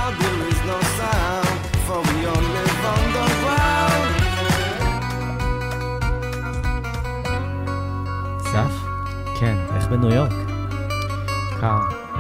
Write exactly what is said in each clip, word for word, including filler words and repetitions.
now there is no sound, for we all live underground. סף, כן, איך בניו יורק? קר.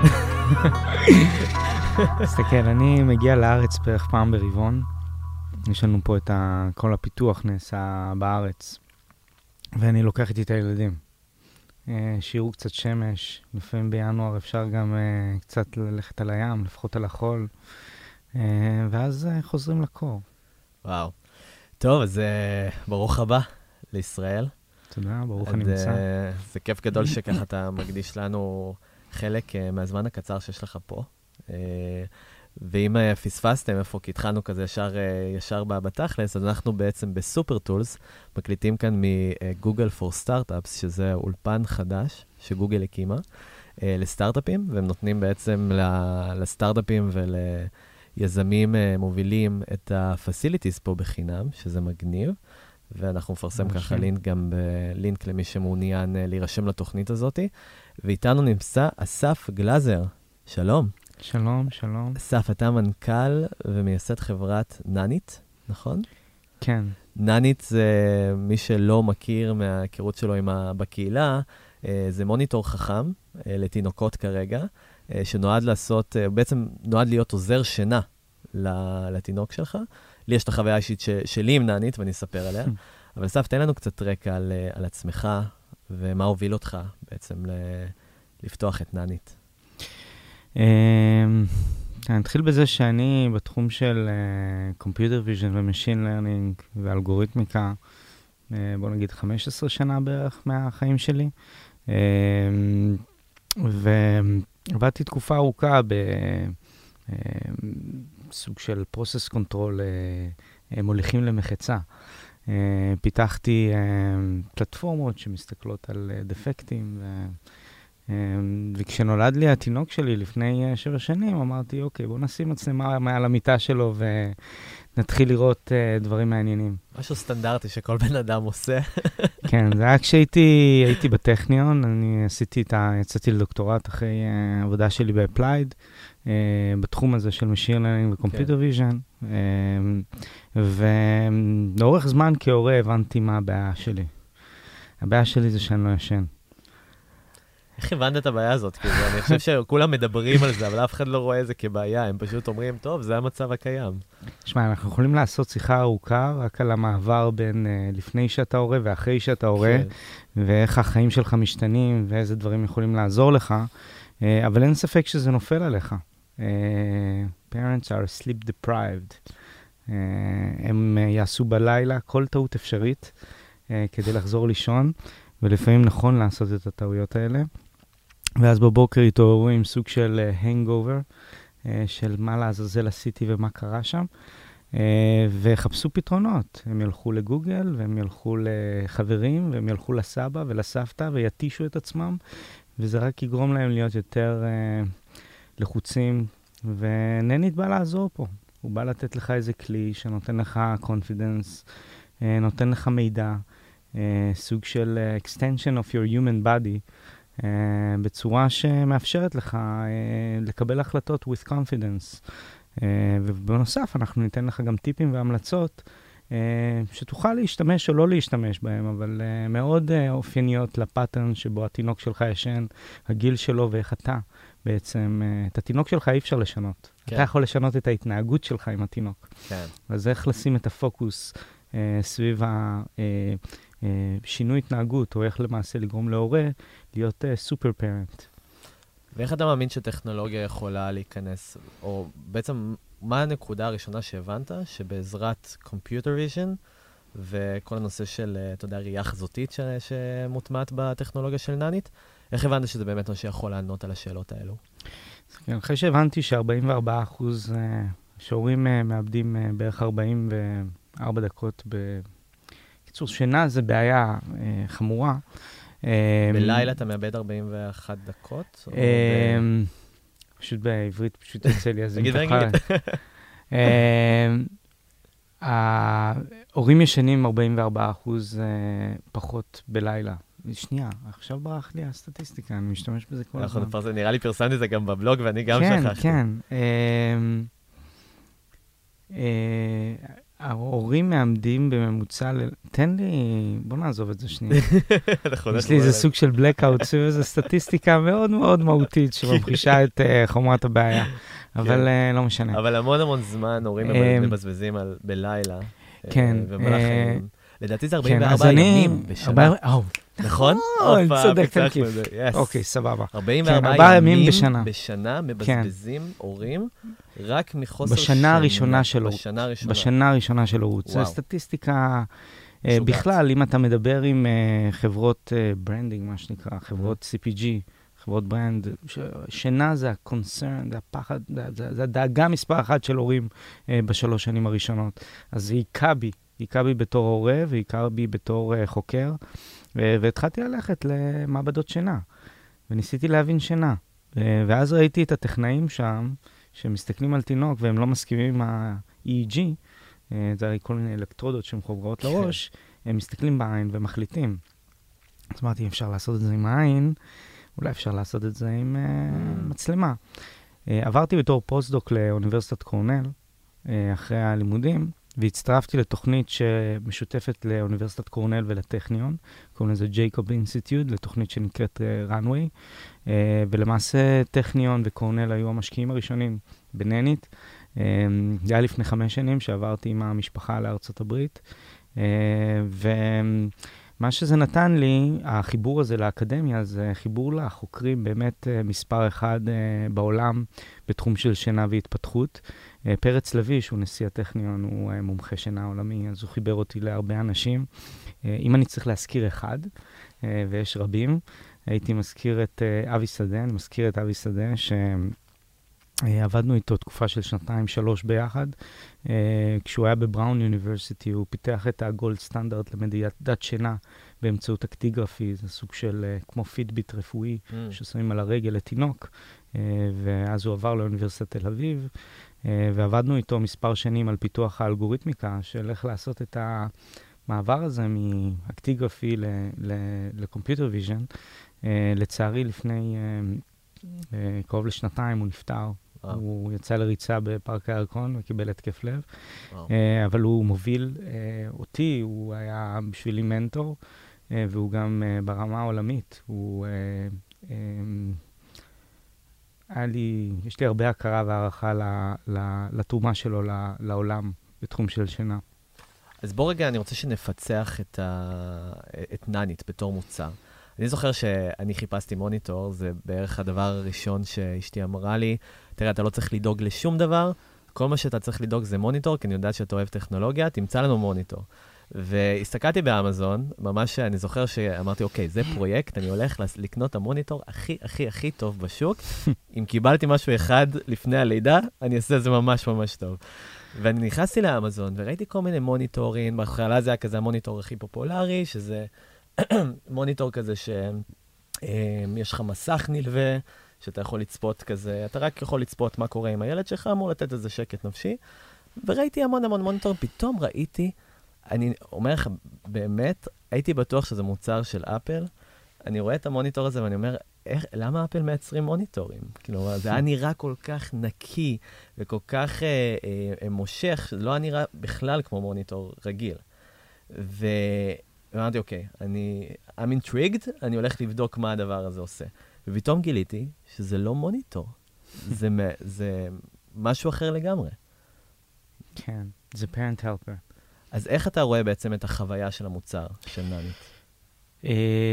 תסתכל, אני מגיע לארץ בערך פעם ברבעון. יש לנו פה את ה... כל הפיתוח נעשה בארץ. ואני לוקח איתי את הילדים. שיעור קצת שמש, לפעמים בינואר אפשר גם קצת ללכת על הים, לפחות על החול. ואז חוזרים לקור. וואו. טוב, אז ברוך הבא לישראל. תודה, ברוך הנמצא. זה כיף גדול שככה אתה מקדיש לנו חלק מהזמן הקצר שיש לך פה. ואם פספסתם איפה, כי התחלנו כזה ישר, ישר בתכלס, אז אנחנו בעצם בסופר טולס, מקליטים כאן מגוגל פור סטארט-אפס, שזה אולפן חדש שגוגל הקימה לסטארט-אפים, והם נותנים בעצם לסטארט-אפים וליזמים מובילים את ה-facilities פה בחינם, שזה מגניב, ואנחנו מפרסם ככה לינק גם בלינק למי שמעוניין להירשם לתוכנית הזאת, ואיתנו נמצא אסף גלזר. שלום. שלום, שלום. אסף, אתה מנכ"ל ומייסד חברת נאנית, נכון? כן. נאנית זה מי שלא מכיר מההיכרות שלו עם ה... בקהילה, זה מוניטור חכם לתינוקות כרגע, שנועד לעשות, בעצם נועד להיות עוזר שינה לתינוק שלך. לי יש את החוויה האישית ש... שלי עם נאנית ואני אספר עליה. אבל אסף, תן לנו קצת רקע על, על עצמך ומה הוביל אותך בעצם ל... לפתוח את נאנית. אני אתחיל בזה שאני בתחום של Computer Vision ו-Machine Learning ואלגוריתמיקה, בוא נגיד חמש עשרה שנה בערך מהחיים שלי, ועבדתי תקופה ארוכה בסוג של Process Control, מוליכים למחצה. פיתחתי פלטפורמות שמסתכלות על דפקטים, ו... וכשנולד לי התינוק שלי לפני שבע שנים, אמרתי, אוקיי, בוא נשים מצלמה מעל המיטה שלו ונתחיל לראות uh, דברים מעניינים. משהו סטנדרטי שכל בן אדם עושה. כן, זה היה כשהייתי הייתי בטכניון, אני עשיתי את ה... יצאתי לדוקטורט אחרי uh, עבודה שלי ב-Applied, uh, בתחום הזה של Machine Learning ו-Computer Vision, uh, ולאורך זמן כהורה הבנתי מה הבעיה שלי. הבעיה שלי זה שאני לא ישן. איך הבנת את הבעיה הזאת? כי אני חושב שכולם מדברים על זה, אבל אף אחד לא רואה את זה כבעיה. הם פשוט אומרים, טוב, זה המצב הקיים. תשמע, אנחנו יכולים לעשות שיחה ארוכה רק על המעבר בין uh, לפני שאתה הורה ואחרי שאתה הורה, כן. ואיך החיים שלך משתנים, ואיזה דברים יכולים לעזור לך, uh, אבל אין ספק שזה נופל עליך. Uh, parents are sleep deprived. Uh, הם uh, יעשו בלילה כל טעות אפשרית uh, כדי לחזור לישון, ולפעמים נכון לעשות את הטעויות האלה. ואז בבוקר התעוררו עם סוג של הנגאובר, של מה לעזאזל עשיתי ומה קרה שם, וחפשו פתרונות. הם ילכו לגוגל, והם ילכו לחברים, והם ילכו לסבא ולסבתא, ויתישו את עצמם, וזה רק יגרום להם להיות יותר לחוצים, ונאנית בא לעזור פה. הוא בא לתת לך איזה כלי שנותן לך confidence, נותן לך מידע, סוג של extension of your human body, Uh, בצורה שמאפשרת לך uh, לקבל החלטות with confidence. Uh, ובנוסף, אנחנו ניתן לך גם טיפים והמלצות uh, שתוכל להשתמש או לא להשתמש בהם, אבל uh, מאוד uh, אופייניות לפאטרן שבו התינוק שלך ישן, הגיל שלו ואיך אתה בעצם, uh, את התינוק שלך אי אפשר לשנות. כן. אתה יכול לשנות את ההתנהגות שלך עם התינוק. כן. אז איך לשים את הפוקוס uh, סביב ה... Uh, שינוי התנהגות, או איך למעשה לגרום להורה להיות סופר פרנט. ואיך אתה מאמין שטכנולוגיה יכולה להיכנס, או בעצם מה הנקודה הראשונה שהבנת, שבעזרת Computer Vision, וכל הנושא של, אתה יודע, ראייה חזותית ש... שמוטמעת בטכנולוגיה של נאנית, איך הבנת שזה באמת מה שיכול לענות על השאלות האלו? אחרי שהבנתי ש-ארבעים וארבעה אחוז שהורים מאבדים בערך ארבעים וארבע דקות ב... קיצור, שינה זה בעיה אה, חמורה. בלילה אתה מאבד ארבעים ואחת דקות? אה, ב... פשוט בעברית, פשוט יוצא לי, אז אם תוכל. ההורים ישנים ארבעים וארבעה אחוז אה, פחות בלילה. שנייה, עכשיו ברח לי הסטטיסטיקה, אני משתמש בזה כל הזמן. נראה לי פרסמתי את זה גם בבלוג, ואני גם כן, שכחתי. כן, כן. הורים מעמדים בממוצע, ל... תן לי, בוא נעזוב את זה שנייה. יש לי איזה סוג של blackout, סביב איזו סטטיסטיקה מאוד מאוד מהותית, שממחישה את uh, חומרת הבעיה, אבל uh, לא משנה. אבל המון המון זמן הורים מבזבזים בלילה. כן. ובמהלך היום. לדעתי זה ארבעים וארבעה ימים בשנה. נכון? צודק, תנקיף. אוקיי, סבבה. ארבעים וארבעה ימים בשנה מבזבזים הורים רק מחוסר בשנה הראשונה שלו. בשנה הראשונה. בשנה הראשונה של הורות. זו סטטיסטיקה, בכלל, אם אתה מדבר עם חברות ברנדינג, מה שנקרא, חברות סי פי ג'י, חברות ברנד, שינה זה הקונצרן, זה הפחד, זה הדאגה מספר אחת של הורים בשלוש שנים הראשונות. אז זה היכה בי. היכה בי בתור הורה, והיכה בי בתור uh, חוקר, ו- והתחלתי ללכת למעבדות שינה, וניסיתי להבין שינה. Uh, ואז ראיתי את הטכנאים שם, שמסתכלים על תינוק, והם לא מסכימים עם ה-E E G, uh, זה הרי כל מיני אלקטרודות שמחוברות לראש, הם מסתכלים בעין ומחליטים. אז אמרתי, אם אפשר לעשות את זה עם העין, אולי אפשר לעשות את זה עם uh, מצלמה. Uh, עברתי בתור פוסט-דוק לאוניברסיטת קורנל, uh, אחרי הלימודים, והצטרפתי לתוכנית שמשותפת לאוניברסיטת קורנל ולטכניון, קוראים לזה ג'ייקוב אינסטיטוט, לתוכנית שנקראת ראנווי, ולמעשה טכניון וקורנל היו המשקיעים הראשונים בננית. זה היה לפני חמש שנים שעברתי עם המשפחה לארצות הברית, ומה שזה נתן לי, החיבור הזה לאקדמיה, זה חיבור לחוקרים באמת מספר אחד בעולם בתחום של שינה והתפתחות. פרץ לוי, שהוא נשיא הטכניון, הוא מומחה שינה עולמי, אז הוא חיבר אותי להרבה אנשים. אם אני צריך להזכיר אחד, ויש רבים, הייתי מזכיר את אבי שדה, אני מזכיר את אבי שדה, שעבדנו איתו תקופה של שנתיים, שלוש ביחד. כשהוא היה בבראון יוניברסיטי, הוא פיתח את הגולד סטנדרט למדידת שינה באמצעות אקטיגרפי, זה סוג של כמו פידביט רפואי, mm. ששמים על הרגל לתינוק, ואז הוא עבר לאוניברסיטת תל אביב, ועבדנו איתו מספר שנים על פיתוח האלגוריתמיקה, של איך לעשות את המעבר הזה מאקטיגרפי לקומפיוטר ויז'ן. לצערי, לפני קרוב לשנתיים הוא נפטר. הוא יצא לריצה בפארק הירקון וקיבל התקף לב. אבל הוא מוביל אותי, הוא היה בשבילי מנטור, והוא גם ברמה העולמית. הוא... היה לי, יש לי הרבה הכרה והערכה לתרומה שלו לעולם בתחום של שינה. אז בוא רגע, אני רוצה שנפצח את, ה... את ננית בתור מוצר. אני זוכר שאני חיפשתי מוניטור, זה בערך הדבר הראשון שאשתי אמרה לי, תראה, אתה לא צריך לדאוג לשום דבר, כל מה שאתה צריך לדאוג זה מוניטור, כי אני יודעת שאתה אוהב טכנולוגיה, תמצא לנו מוניטור. והסתכלתי באמזון, ממש אני זוכר שאמרתי, אוקיי, זה פרויקט, אני הולך לקנות את המוניטור הכי, הכי, הכי טוב בשוק. אם קיבלתי משהו אחד לפני הלידה, אני אעשה זה ממש ממש טוב. ואני נכנסתי לאמזון, וראיתי כל מיני מוניטורים, בהתחלה זה היה כזה המוניטור הכי פופולרי, שזה מוניטור כזה שיש לך מסך נלווה, שאתה יכול לצפות כזה, אתה רק יכול לצפות מה קורה עם הילד שלך, אמור לתת איזה שקט נפשי. וראיתי המון המון מוניטור, פתאום ראיתי, אני אומר לך, באמת, הייתי בטוח שזה מוצר של אפל. אני רואה את המוניטור הזה ואני אומר, איך, למה אפל מייצרים מוניטורים? כאילו, זה היה נראה כל כך נקי וכל כך אה, אה, מושך, זה לא היה נראה בכלל כמו מוניטור רגיל. ואמרתי, אוקיי, אני, I'm intrigued, אני הולך לבדוק מה הדבר הזה עושה. ופתאום גיליתי שזה לא מוניטור. זה, זה משהו אחר לגמרי. כן, זה parent helper. אז איך אתה רואה בעצם את החוויה של המוצר של ננית?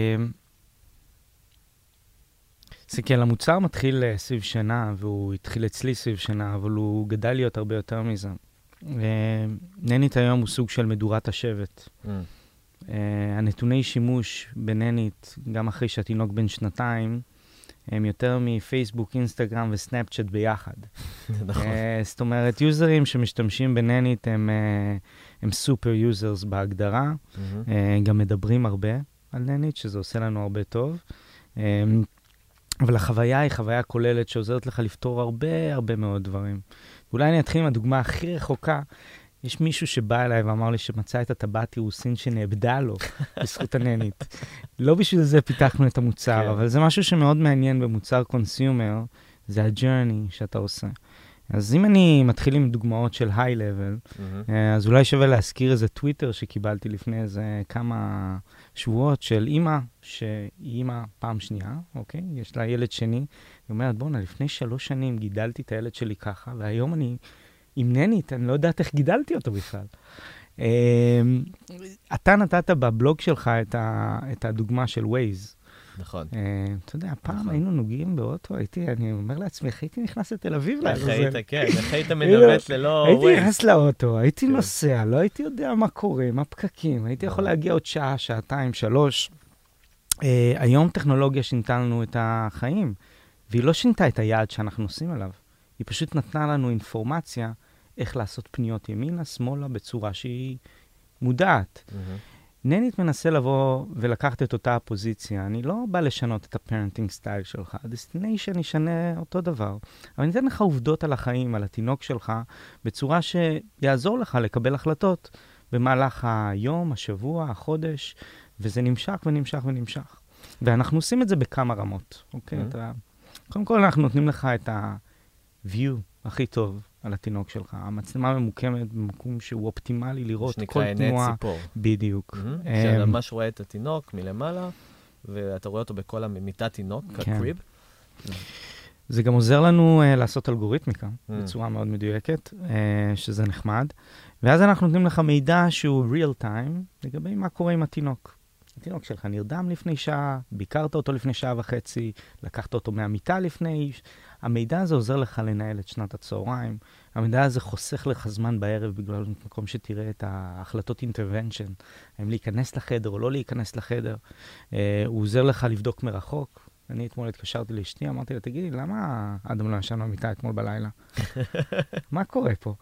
זה כי המוצר מתחיל סביב שנה, והוא התחיל אצלי סביב שנה, אבל הוא גדל להיות הרבה יותר מזה. ננית היום הוא סוג של מדורת השבט. הנתוני שימוש בננית, גם אחרי שהתינוק בן שנתיים, הם יותר מפייסבוק, אינסטגרם וסנאפצ'אט ביחד. נכון. זאת אומרת, יוזרים שמשתמשים בננית הם, הם סופר יוזרס בהגדרה, גם מדברים הרבה על ננית, שזה עושה לנו הרבה טוב. אבל החוויה היא חוויה כוללת שעוזרת לך לפתור הרבה הרבה מאוד דברים. ואולי אני אתחיל עם הדוגמה הכי רחוקה. יש מישהו שבא אליי ואמר לי שמצא את הטבעת אירוסין שנאבדה לו בזכות הננית. לא בשביל זה פיתחנו את המוצר, אבל זה משהו שמאוד מעניין במוצר קונסיומר, זה הג'רני שאתה עושה. אז אם אני מתחיל עם דוגמאות של היי-לבל, Mm-hmm. אז אולי שווה להזכיר איזה טוויטר שקיבלתי לפני איזה כמה שבועות של אימא, שהיא אימא פעם שנייה, אוקיי? יש לה ילד שני, היא אומרת, בוא'נה, לפני שלוש שנים גידלתי את הילד שלי ככה, והיום אני עם ננית, אני לא יודעת איך גידלתי אותו בכלל. אתה נתת בבלוג שלך את, ה, את הדוגמה של ווייז. נכון. אתה יודע, פעם היינו נוגעים באוטו, הייתי, אני אומר לעצמי, איך הייתי נכנס לתל אביב? איך היית, כן, איך היית מדמת ללא ווייז. הייתי נכנס לאוטו, הייתי נוסע, לא הייתי יודע מה קורה, מה פקקים, הייתי יכול להגיע עוד שעה, שעתיים, שלוש. היום טכנולוגיה שינתה לנו את החיים, והיא לא שינתה את היעד שאנחנו עושים עליו. היא פשוט נתנה לנו אינפורמציה איך לעשות פניות ימינה, שמאלה, בצורה שהיא מודעת. ננית מנסה לבוא ולקחת את אותה הפוזיציה. אני לא בא לשנות את הפרנטינג סטייל שלך. הדסטיניישן ישנה אותו דבר. אבל אני אתן לך עובדות על החיים, על התינוק שלך, בצורה שיעזור לך לקבל החלטות במהלך היום, השבוע, החודש, וזה נמשך ונמשך ונמשך. ואנחנו עושים את זה בכמה רמות. אוקיי? Mm-hmm. אתה... קודם כל אנחנו נותנים לך את ה-view הכי טוב על התינוק שלך. המצלמה ממוקמת במקום שהוא אופטימלי לראות כל תנועה. שנקרא עיני ציפור. בדיוק. שאתה ממש רואה את התינוק מלמעלה, ואתה רואה אותו בכל מיטת תינוק, כקריב. זה גם עוזר לנו לעשות אלגוריתמיקה בצורה מאוד מדויקת, שזה נחמד. ואז אנחנו נותנים לך מידע שהוא real time, לגבי מה קורה עם התינוק. התינוק שלך נרדם לפני שעה, ביקרת אותו לפני שעה וחצי, לקחת אותו מהמיטה לפני... המידע הזה עוזר לך לנהל את שנת הצהריים. המידע הזה חוסך לך זמן בערב בגלל מקום שתראה את ההחלטות אינטרוונשן. האם להיכנס לחדר או לא להיכנס לחדר. אה, הוא עוזר לך לבדוק מרחוק. אני אתמול התקשרתי לאשתי, אמרתי לה, תגידי, למה אדם לא ישן במיטה אתמול בלילה? מה קורה פה?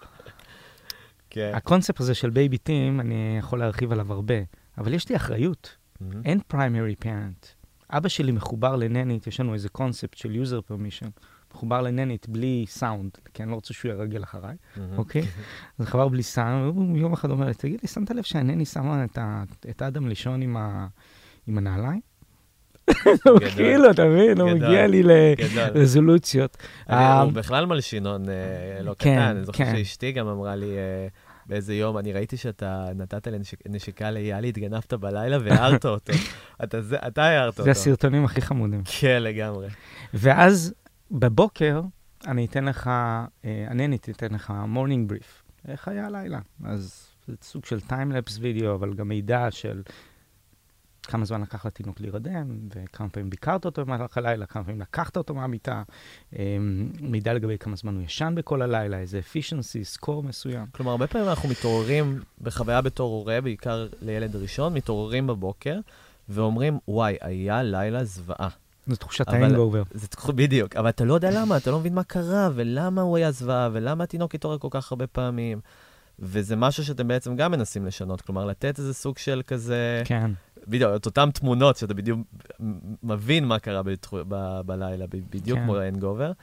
כן. הקונספט הזה של בייבי טים, אני יכול להרחיב עליו הרבה. אבל יש לי אחריות. אין primary parent. אבא שלי מחובר לננית, יש לנו איזה קונספט של user permission. מחובר לננית בלי סאונד, כי אני לא רוצה שהוא ירגל אחריי, אוקיי? אז חבר בלי סאונד, הוא יום אחד אומר לי, תגיד לי, שמת לב שהנני שמה את האדם לישון עם הנעליים? הוא כאילו, אתה מבין, הוא מגיע לי לרזולוציות. הוא בכלל מלשינון לא קטן, אני זוכר שאשתי גם אמרה לי, באיזה יום, אני ראיתי שאתה נתת לנשיקה ליאלי, התגנבת בלילה והערת אותו. אתה הערת אותו. זה הסרטונים הכי חמודים. כן, לגמרי. ואז בבוקר אני אתן לך, אני אתן לך מורנינג בריף. איך היה הלילה? אז זה סוג של טיימלפס וידאו, אבל גם מידע של כמה זמן לקח לתינוק להירדם, וכמה פעמים ביקרת אותו במהלך הלילה, כמה פעמים לקחת אותו מהמיטה, מידע לגבי כמה זמן הוא ישן בכל הלילה, איזה efficiency, סקור מסוים. כלומר, הרבה פעמים אנחנו מתעוררים בחוויה בתור הורה, בעיקר לילד ראשון, מתעוררים בבוקר, ואומרים, וואי, היה לילה זוועה. זו תחושת האנגאובר. זה תחושת בדיוק, אבל אתה לא יודע למה, אתה לא מבין מה קרה, ולמה הוא היה זוועה, ולמה התינוק התעורר כל כך הרבה פעמים. וזה משהו שאתם בעצם גם מנסים לשנות, כלומר, לתת איזה סוג של כזה... כן. בדיוק, את אותם תמונות שאתה בדיוק מבין מה קרה בתחו... ב... בלילה, בדיוק כן. כמו האנגאובר.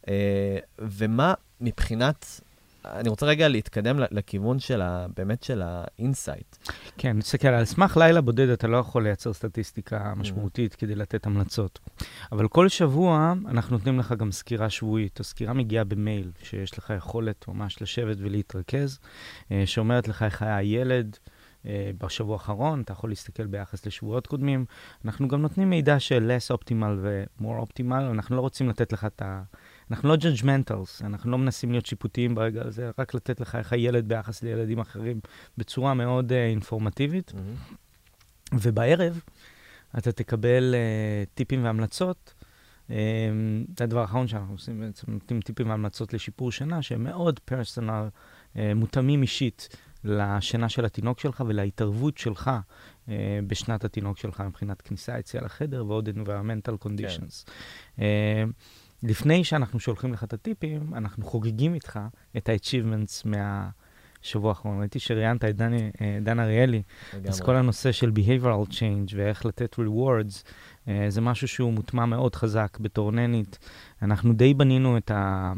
ומה מבחינת... אני רוצה רגע להתקדם לכיוון של ה... באמת של האינסייט. כן, נסתכל, על סמך לילה בודד אתה לא יכול לייצר סטטיסטיקה משמעותית כדי לתת המלצות. אבל כל שבוע אנחנו נותנים לך גם סקירה שבועית. הסקירה מגיעה במייל, שיש לך יכולת ממש לשבת ולהתרכז, שאומרת לך איך היה הילד בשבוע האחרון, אתה יכול להסתכל ביחס לשבועות קודמים. אנחנו גם נותנים מידע של less optimal ו-more optimal, אנחנו לא רוצים לתת לך את ה... אנחנו לא judgmentals, אנחנו לא מנסים להיות שיפוטיים ברגע הזה, רק לתת לך איך הילד ביחס לילדים אחרים בצורה מאוד uh, אינפורמטיבית. Mm-hmm. ובערב אתה תקבל uh, טיפים והמלצות. Um, זה הדבר האחרון שאנחנו עושים, בעצם נותנים טיפים והמלצות לשיפור שינה, שהם מאוד פרסונל, uh, מותאמים אישית לשינה של התינוק שלך ולהתערבות שלך uh, בשנת התינוק שלך, מבחינת כניסה, יציאה לחדר ועוד environmental conditions. כן. Uh, לפני שאנחנו שולחים לך את הטיפים, אנחנו חוגגים איתך את ה-achievements מהשבוע האחרון. ראיתי שראיינת את דני, דן אריאלי, אז כל הנושא של behavioral change ואיך לתת rewards, זה משהו שהוא מוטמע מאוד חזק בתור ננית. אנחנו די בנינו את ה...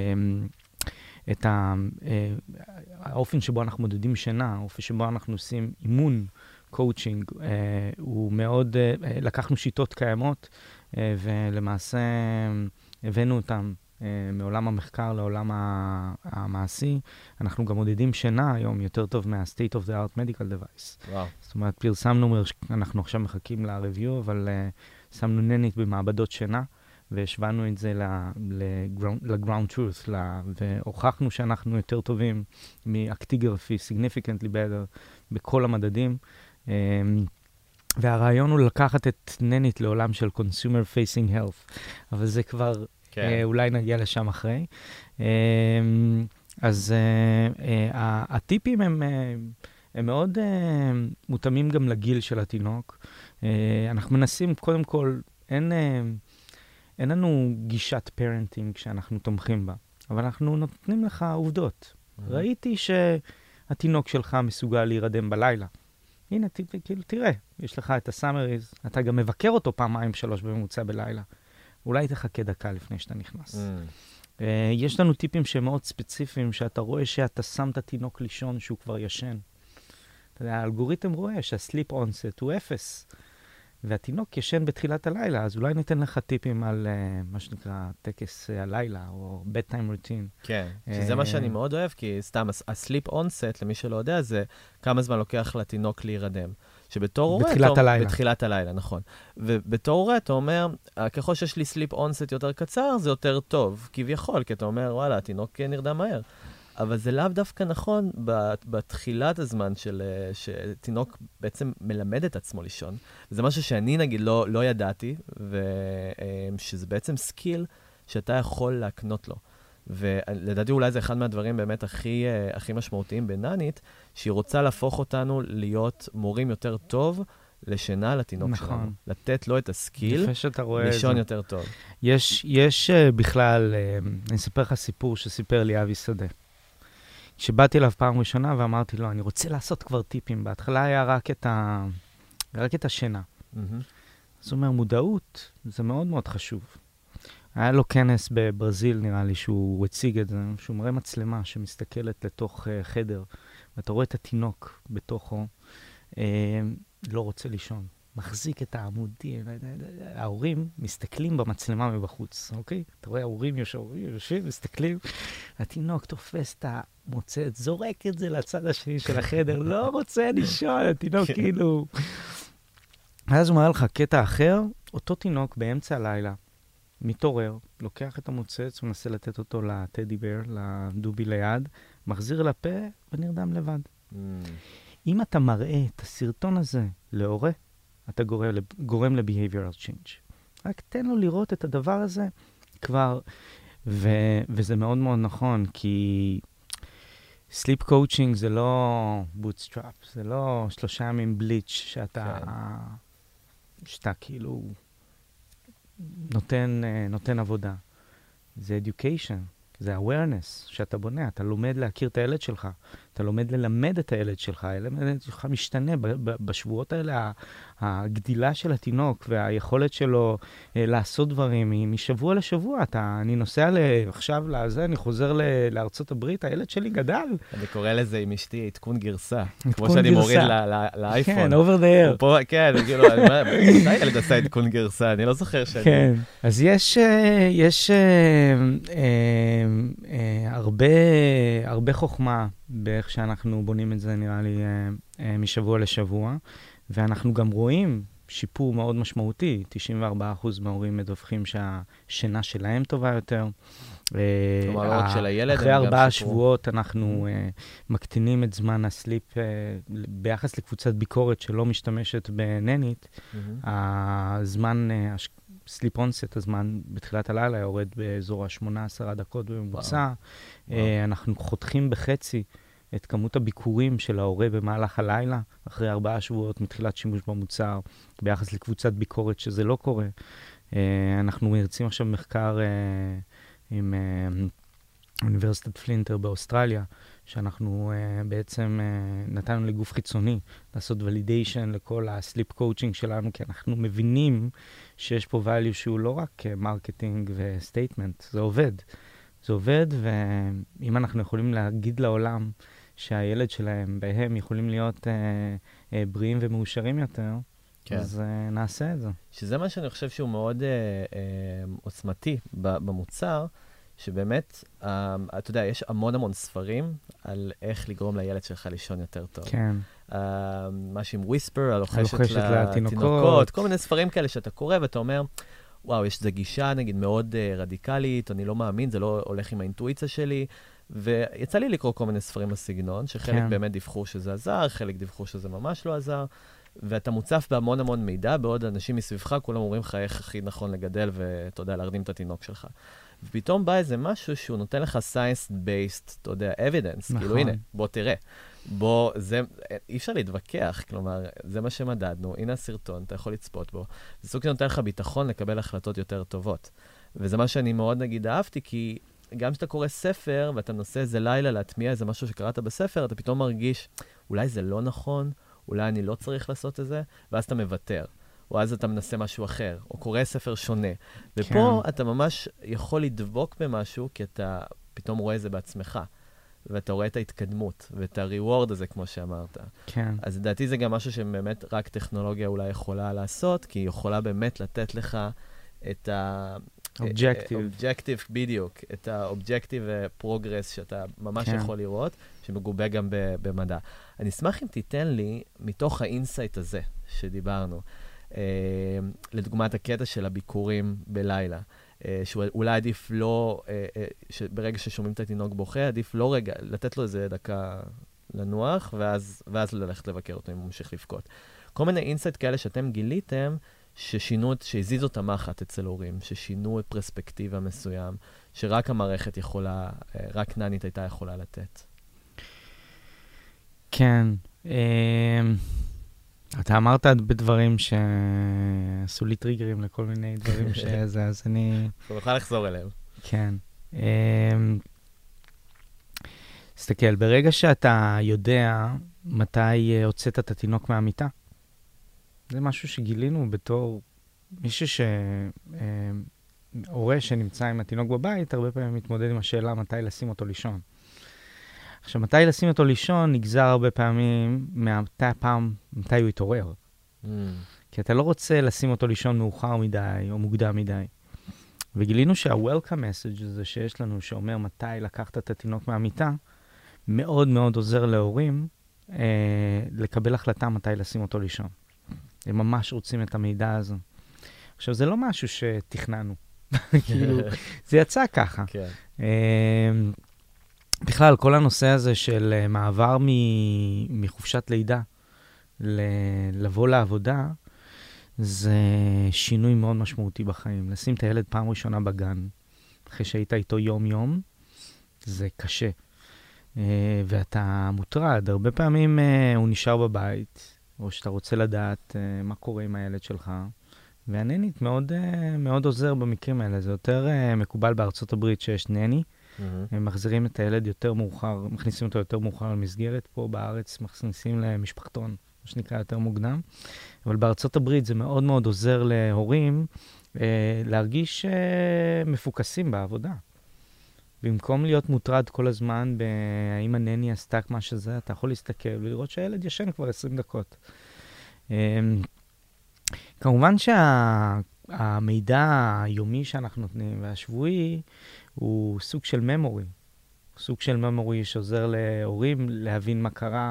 את ה... האופן שבו אנחנו מודדים שינה, האופן שבו אנחנו עושים אימון, קואוצ'ינג, הוא מאוד... לקחנו שיטות קיימות, ולמעשה הבאנו אותם מעולם המחקר לעולם המעשי. אנחנו גם מודדים שינה היום יותר טוב מה-State of the Art Medical Device. וואו. זאת אומרת, פרסמנו, אנחנו עכשיו מחכים ל-review, אבל uh, שמנו ננית במעבדות שינה, והשוונו את זה ל-ground truth, והוכחנו שאנחנו יותר טובים מ-actigraphy, significantly better, בכל המדדים. Um, והרעיון הוא לקחת את ננית לעולם של consumer facing health, אבל זה כבר, כן. אה, אולי נגיע לשם אחרי. אה, אז אה, אה, הטיפים הם, אה, הם מאוד אה, מותאמים גם לגיל של התינוק. אה, אנחנו מנסים, קודם כל, אין, אה, אין לנו גישת פרנטינג שאנחנו תומכים בה, אבל אנחנו נותנים לך עובדות. Mm-hmm. ראיתי שהתינוק שלך מסוגל להירדם בלילה. הנה, ת, כאילו, תראה, יש לך את הסאמריז, אתה גם מבקר אותו פעמיים שלוש בממוצע בלילה. אולי תחכה דקה לפני שאתה נכנס. Mm. Uh, יש לנו טיפים שמאוד ספציפיים, שאתה רואה שאתה שם את התינוק לישון שהוא כבר ישן. אתה יודע, האלגוריתם רואה שהסליפ אונסט הוא אפס, והתינוק ישן בתחילת הלילה, אז אולי ניתן לך טיפים על uh, מה שנקרא טקס uh, הלילה, או bedtime routine. כן, שזה מה שאני מאוד אוהב, כי סתם, הסליפ אונסט, למי שלא יודע, זה כמה זמן לוקח לתינוק להירדם. שבתור הורה... בתחילת הלילה. בתחילת הלילה, נכון. ובתור הורה אתה אומר, ככל שיש לי סליפ אונסט יותר קצר, זה יותר טוב, כביכול, כי אתה אומר, וואלה, התינוק נרדם מהר. אבל זה לאו דווקא נכון בתחילת הזמן של שתינוק בעצם מלמד את עצמו לישון. זה משהו שאני נגיד לא, לא ידעתי, ושזה בעצם סקיל שאתה יכול להקנות לו. ולדעתי אולי זה אחד מהדברים באמת הכי, הכי משמעותיים בננית, שהיא רוצה להפוך אותנו להיות מורים יותר טוב לשינה לתינוק נכון. שלנו. לתת לו את הסקיל, לישון זה. יותר טוב. יש, יש בכלל, אני אספר לך סיפור שסיפר לי אבי שדה. כשבאתי אליו פעם ראשונה ואמרתי לו, אני רוצה לעשות כבר טיפים. בהתחלה היה רק את, ה... רק את השינה. Mm-hmm. זאת אומרת, מודעות, זה מאוד מאוד חשוב. היה לו כנס בברזיל, נראה לי, שהוא הציג את זה, שהוא מראה מצלמה שמסתכלת לתוך uh, חדר, ואתה רואה את התינוק בתוכו, uh, לא רוצה לישון. מחזיק את העמודים, ההורים מסתכלים במצלמה מבחוץ, אוקיי? אתה רואה, ההורים יושבים, מסתכלים, התינוק תופס את המוצאת, זורק את זה לצד השני של החדר, לא רוצה לישון, התינוק כאילו... אז הוא מראה לך קטע אחר, אותו תינוק באמצע הלילה, מתעורר, לוקח את המוצץ, ומנסה לתת אותו לטדי בר, לדובי ליד, מחזיר לפה ונרדם לבד. Mm. אם אתה מראה את הסרטון הזה להורה, אתה גורם, גורם ל-behavioral change. רק תן לו לראות את הדבר הזה כבר, ו, וזה מאוד מאוד נכון, כי sleep coaching זה לא bootstrap, זה לא שלושה ימים בליץ' שאתה, כן. שאתה כאילו נותן, נותן עבודה. זה education, זה awareness שאתה בונה, אתה לומד להכיר את הילד שלך, אתה לומד ללמד את הילד שלך, הילד שלך משתנה בשבועות האלה, הגדילה של התינוק והיכולת שלו אה, לעשות דברים משבוע לשבוע. אתה, אני נוסע עכשיו לזה, אני חוזר ל, לארצות הברית, הילד שלי גדל. אני קורא לזה עם אשתי עדכון גרסה, כמו שאני מוריד לאייפון. כן, over the air. פה, כן, כאילו, מתי הילד עשה עדכון גרסה? אני לא זוכר שאני... כן, אז יש, יש אה, אה, אה, הרבה, הרבה חוכמה באיך שאנחנו בונים את זה, נראה לי, אה, אה, משבוע לשבוע. ואנחנו גם רואים שיפור מאוד משמעותי. תשעים וארבעה אחוז מההורים מדווחים שהשינה שלהם טובה יותר. כלומר, לא רק של הילד, אחרי ארבעה שבועות אנחנו מקטינים את זמן הסליפ ביחס לקבוצת ביקורת שלא משתמשת בננית. הזמן, סליפ אונסט, הזמן בתחילת הלילה יורד באזור ה-שמונה עשרה דקות בממוצע. אנחנו חותכים בחצי את כמות הביקורים של ההורה במהלך הלילה, אחרי ארבעה שבועות מתחילת שימוש במוצר, ביחס לקבוצת ביקורת שזה לא קורה. אנחנו מרצים עכשיו מחקר עם אוניברסיטת פלינטר באוסטרליה, שאנחנו בעצם נתנו לגוף חיצוני לעשות ולידיישן לכל הסליפ קואוצ'ינג שלנו, כי אנחנו מבינים שיש פה value שהוא לא רק מרקטינג וסטייטמנט, זה עובד. זה עובד, ואם אנחנו יכולים להגיד לעולם שהילד שלהם, בהם יכולים להיות אה, אה, בריאים ומאושרים יותר, כן. אז אה, נעשה את זה. שזה מה שאני חושב שהוא מאוד אה, אה, עוצמתי במוצר, שבאמת, אתה יודע, יש המון המון ספרים על איך לגרום לילד שלך לישון יותר טוב. כן. משהו עם וויספר, הלוחשת לתינוקות. לתינוקות, כל מיני ספרים כאלה שאתה קורא ואתה אומר, וואו, יש איזו גישה, נגיד, מאוד רדיקלית, אני לא מאמין, זה לא הולך עם האינטואיציה שלי, ויצא לי לקרוא כל מיני ספרים בסגנון, שחלק כן. באמת דיווחו שזה עזר, חלק דיווחו שזה ממש לא עזר, ואתה מוצף בהמון המון מידע, בעוד אנשים מסביבך, כולם אומרים לך איך הכי נכון לגדל, ואתה יודע, להרדים את התינוק שלך. ופתאום בא איזה משהו שהוא נותן לך science-based, אתה יודע, evidence, נכון. כאילו הנה, בוא תראה. בוא, זה, אי אפשר להתווכח, כלומר, זה מה שמדדנו, הנה הסרטון, אתה יכול לצפות בו. זה סוג שנותן לך ביטחון לקבל החלטות יותר טובות. וזה מה שאני מאוד, נגיד, אהבתי, כי גם כשאתה קורא ספר, ואתה מנסה איזה לילה להטמיע איזה משהו שקראת בספר, אתה פתאום מרגיש, אולי זה לא נכון, אולי אני לא צריך לעשות את זה, ואז אתה מוותר. או אז אתה מנסה משהו אחר, או קורא ספר שונה. ופה כן. אתה ממש יכול לדבוק במשהו, כי אתה פתאום רואה את זה בעצמך. ואתה רואה את ההתקדמות, ואת הריוורד הזה, כמו שאמרת. כן. אז לדעתי זה גם משהו שבאמת רק טכנולוגיה אולי יכולה לעשות, כי היא יכולה באמת לתת לך את ה... אובג'קטיב. אובג'קטיב, בדיוק. את האובג'קטיב פרוגרס שאתה ממש כן. יכול לראות, שמגובה גם במדע. אני אשמח אם תיתן לי, מתוך האינסייט הזה שדיברנו, אה, לדוגמת הקטע של הביקורים בלילה, אה, שאולי עדיף לא, אה, אה, ברגע ששומעים את התינוק בוכה, עדיף לא רגע, לתת לו איזה דקה לנוח, ואז, ואז ללכת לבקר אותו אם הוא ממשיך לבכות. כל מיני אינסייט כאלה שאתם גיליתם, ששינו, שהזיזו את המחט אצל הורים, ששינו את פרספקטיבה מסוים, שרק המערכת יכולה, רק ננית הייתה יכולה לתת. כן. אתה אמרת בדברים שעשו לי טריגרים לכל מיני דברים שזה, אז אני... אתה יכול לחזור אליהם. כן. תסתכל, ברגע שאתה יודע מתי הוצאת את התינוק מהמיטה, זה משהו שגילינו בתור מישהו ש... הורה שנמצא עם התינוק בבית, הרבה פעמים מתמודד עם השאלה מתי לשים אותו לישון. עכשיו, מתי לשים אותו לישון נגזר הרבה פעמים מתי הפעם, מתי הוא יתעורר. Mm. כי אתה לא רוצה לשים אותו לישון מאוחר מדי או מוקדם מדי. וגילינו שה-welcome message הזה שיש לנו, שאומר מתי לקחת את התינוק מהמיטה, מאוד מאוד עוזר להורים אה, לקבל החלטה מתי לשים אותו לישון. הם ממש רוצים את המידע הזה. עכשיו, זה לא משהו שתכננו. כאילו, זה יצא ככה. כן. בכלל, כל הנושא הזה של מעבר מחופשת לידה לבוא לעבודה, זה שינוי מאוד משמעותי בחיים. לשים את הילד פעם ראשונה בגן, אחרי שהיית איתו יום-יום, זה קשה. ואתה מוטרד. הרבה פעמים הוא נשאר בבית, או שאתה רוצה לדעת מה קורה עם הילד שלך. והננית מאוד, מאוד עוזר במקרים האלה. זה יותר מקובל בארצות הברית שיש נני. Mm-hmm. הם מחזירים את הילד יותר מאוחר, מכניסים אותו יותר מאוחר למסגרת. פה בארץ מכניסים למשפחתון, מה שנקרא יותר מוקדם. אבל בארצות הברית זה מאוד מאוד עוזר להורים אה, להרגיש אה, מפוקסים בעבודה. במקום להיות מוטרד כל הזמן בהאם הנני עשתה מה שזה, אתה יכול להסתכל ולראות שהילד ישן כבר עשרים דקות. אה, כמובן שהמידע היומי שאנחנו נותנים והשבועי הוא סוג של ממורי. סוג של ממורי שעוזר להורים להבין מה קרה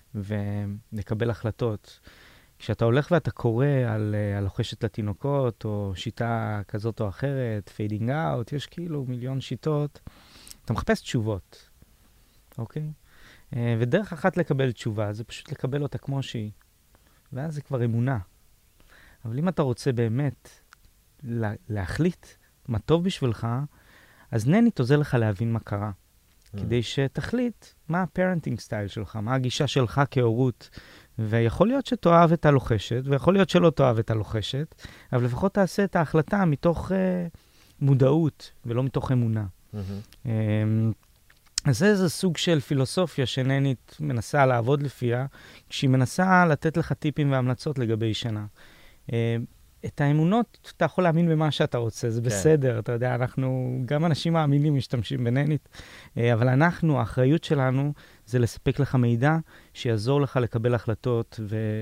ולקבל החלטות. כשאתה הולך ואתה קורא על הלוחשת לתינוקות או שיטה כזאת או אחרת, fading out, יש כאילו מיליון שיטות, אתה מחפש תשובות. אוקיי? ודרך אחת לקבל תשובה זה פשוט לקבל אותה כמו שהיא. ואז זה כבר אמונה. אבל אם אתה רוצה באמת לה, להחליט מה טוב בשבילך, אז ננית עוזר לך להבין מה קרה. Mm. כדי שתחליט מה הפרנטינג סטייל שלך, מה הגישה שלך כהורות. ויכול להיות שתאהב את הלוחשת, ויכול להיות שלא תאהב את הלוחשת, אבל לפחות תעשה את ההחלטה מתוך uh, מודעות, ולא מתוך אמונה. Mm-hmm. Um, אז זה איזה סוג של פילוסופיה שננית מנסה לעבוד לפיה, כשהיא מנסה לתת לך טיפים והמלצות לגבי שינה. Uh, את האמונות, אתה יכול להאמין במה שאתה רוצה, זה בסדר, אתה יודע, אנחנו, גם אנשים מאמינים משתמשים בננית, אבל אנחנו, האחריות שלנו, זה לספק לך מידע שיעזור לך לקבל החלטות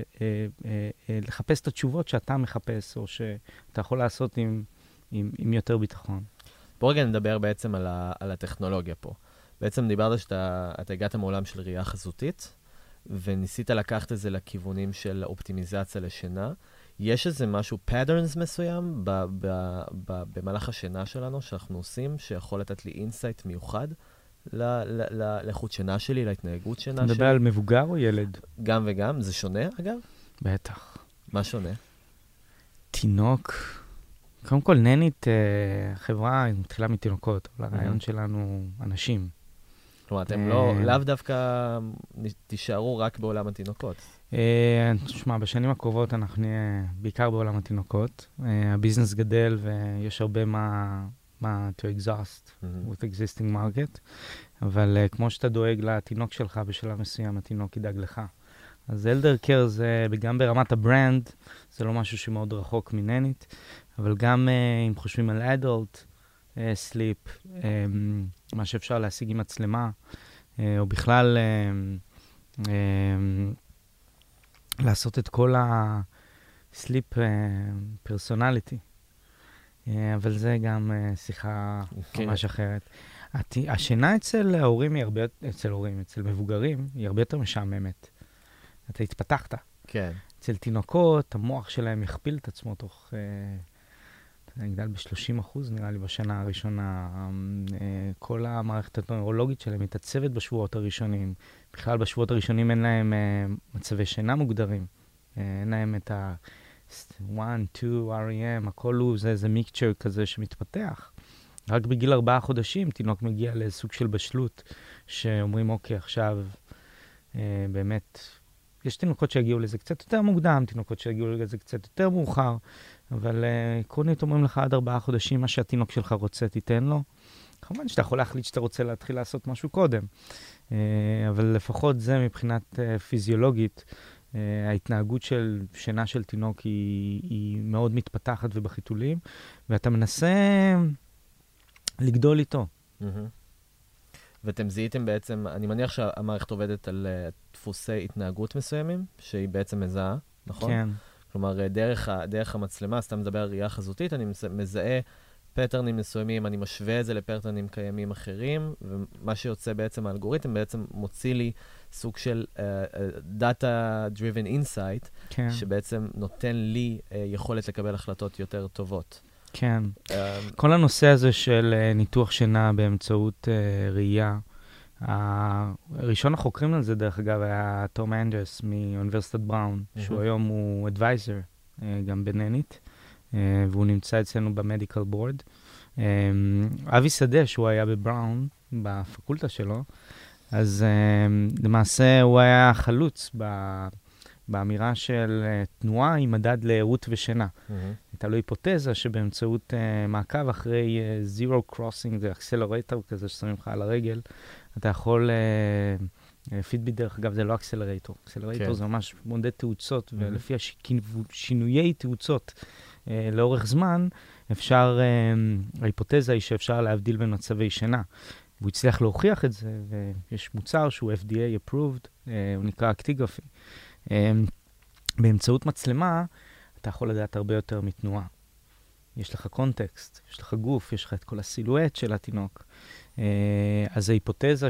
ולחפש את התשובות שאתה מחפש, או שאתה יכול לעשות עם, עם, עם יותר ביטחון. בוא רגע נדבר בעצם על, ה, על הטכנולוגיה פה. בעצם דיברת שאתה אתה הגעת מעולם של ראייה חזותית, וניסית לקחת את זה לכיוונים של אופטימיזציה לשינה. יש איזה משהו, patterns מסוים, ב, ב, ב, במהלך השינה שלנו, שאנחנו עושים, שיכול לתת לי אינסייט מיוחד ל, ל, ל, לאיכות שינה שלי, להתנהגות שינה שלי? אתה מדבר על מבוגר או ילד? גם וגם. זה שונה, אגב? בטח. מה שונה? תינוק. קודם כל, ננית, חברה מתחילה מתינוקות, אבל הרעיון שלנו אנשים. כלומר, אתם לא, לאו דווקא תישארו רק בעולם התינוקות. תשמע, בשנים הקרובות אנחנו נהיה בעיקר בעולם התינוקות. הביזנס גדל ויש הרבה מה, מה to exhaust with existing market, אבל כמו שאתה דואג לתינוק שלך בשלב מסוים, התינוק ידאג לך. אז אלדר קר זה, גם ברמת הברנד, זה לא משהו שמאוד רחוק מננית, אבל גם uh, אם חושבים על adult uh, sleep, um, מה שאפשר להשיג עם מצלמה, uh, או בכלל um, um, לעשות את כל ה-sleep uh, personality. Uh, אבל זה גם uh, שיחה okay. ממש אחרת. הת... השינה אצל ההורים היא הרבה, אצל הורים, אצל מבוגרים, היא הרבה יותר משעממת. אתה התפתחת. כן. אצל תינוקות, המוח שלהם הכפיל את עצמו תוך... אתה נגדל ב-שלושים אחוז, נראה לי, בשנה הראשונה. כל המערכת הנוירולוגית שלהם מתעצבת בשבועות הראשונים. בכלל, בשבועות הראשונים אין להם מצבי שינה מוגדרים. אין להם את ה-one, two, R E M, הכל הוא, זה איזה מיקצ'ר כזה שמתפתח. רק בגיל ארבעה חודשים, תינוק מגיע לסוג של בשלות, שאומרים, אוקיי, עכשיו באמת... יש תינוקות שיגיעו לזה קצת יותר מוקדם, תינוקות שיגיעו לזה קצת יותר מאוחר, אבל עקרונית אומרים לך עד ארבעה חודשים, מה שהתינוק שלך רוצה, תיתן לו. כמובן שאתה יכול להחליט שאתה רוצה להתחיל לעשות משהו קודם, אבל לפחות זה מבחינת פיזיולוגית, ההתנהגות של שינה של תינוק היא, היא מאוד מתפתחת ובחיתולים, ואתה מנסה לגדול איתו. Mm-hmm. ואתם זיהיתם בעצם, אני מניח שהמערכת עובדת על uh, דפוסי התנהגות מסוימים, שהיא בעצם מזהה, נכון? כן. כלומר, דרך, דרך המצלמה, סתם מדבר על ראייה חזותית, אני מזהה פטרנים מסוימים, אני משווה את זה לפטרנים קיימים אחרים, ומה שיוצא בעצם האלגוריתם בעצם מוציא לי סוג של uh, uh, data-driven insight, כן. שבעצם נותן לי uh, יכולת לקבל החלטות יותר טובות. כן. כל הנושא הזה של ניתוח שינה באמצעות ראייה, הראשון החוקרים על זה, דרך אגב, היה תום אנדרס מאוניברסיטת בראון, שהוא היום הוא אדוויזר, גם בננית, והוא נמצא אצלנו במדיקל בורד. אבי שדה, שהוא היה בבראון, בפקולטה שלו, אז למעשה הוא היה חלוץ באמירה של תנועה עם מדד לערות ושינה. הייתה לו היפותזה שבאמצעות uh, מעקב אחרי uh, zero crossing, זה אקסלרטור כזה ששמים לך על הרגל, אתה יכול, פידביט uh, uh, דרך אגב זה לא אקסלרטור, אקסלרטור כן. זה ממש מודד תאוצות, mm-hmm. ולפי השינויי תאוצות uh, לאורך זמן, אפשר, uh, ההיפותזה היא שאפשר להבדיל בין מצבי שינה. והוא הצליח להוכיח את זה, ויש מוצר שהוא F D A approved, uh, הוא נקרא אקטיגרפי. Um, באמצעות מצלמה, אתה יכול לדעת הרבה יותר מתנועה. יש לך קונטקסט, יש לך גוף, יש לך את כל הסילואט של התינוק. אז ההיפותזה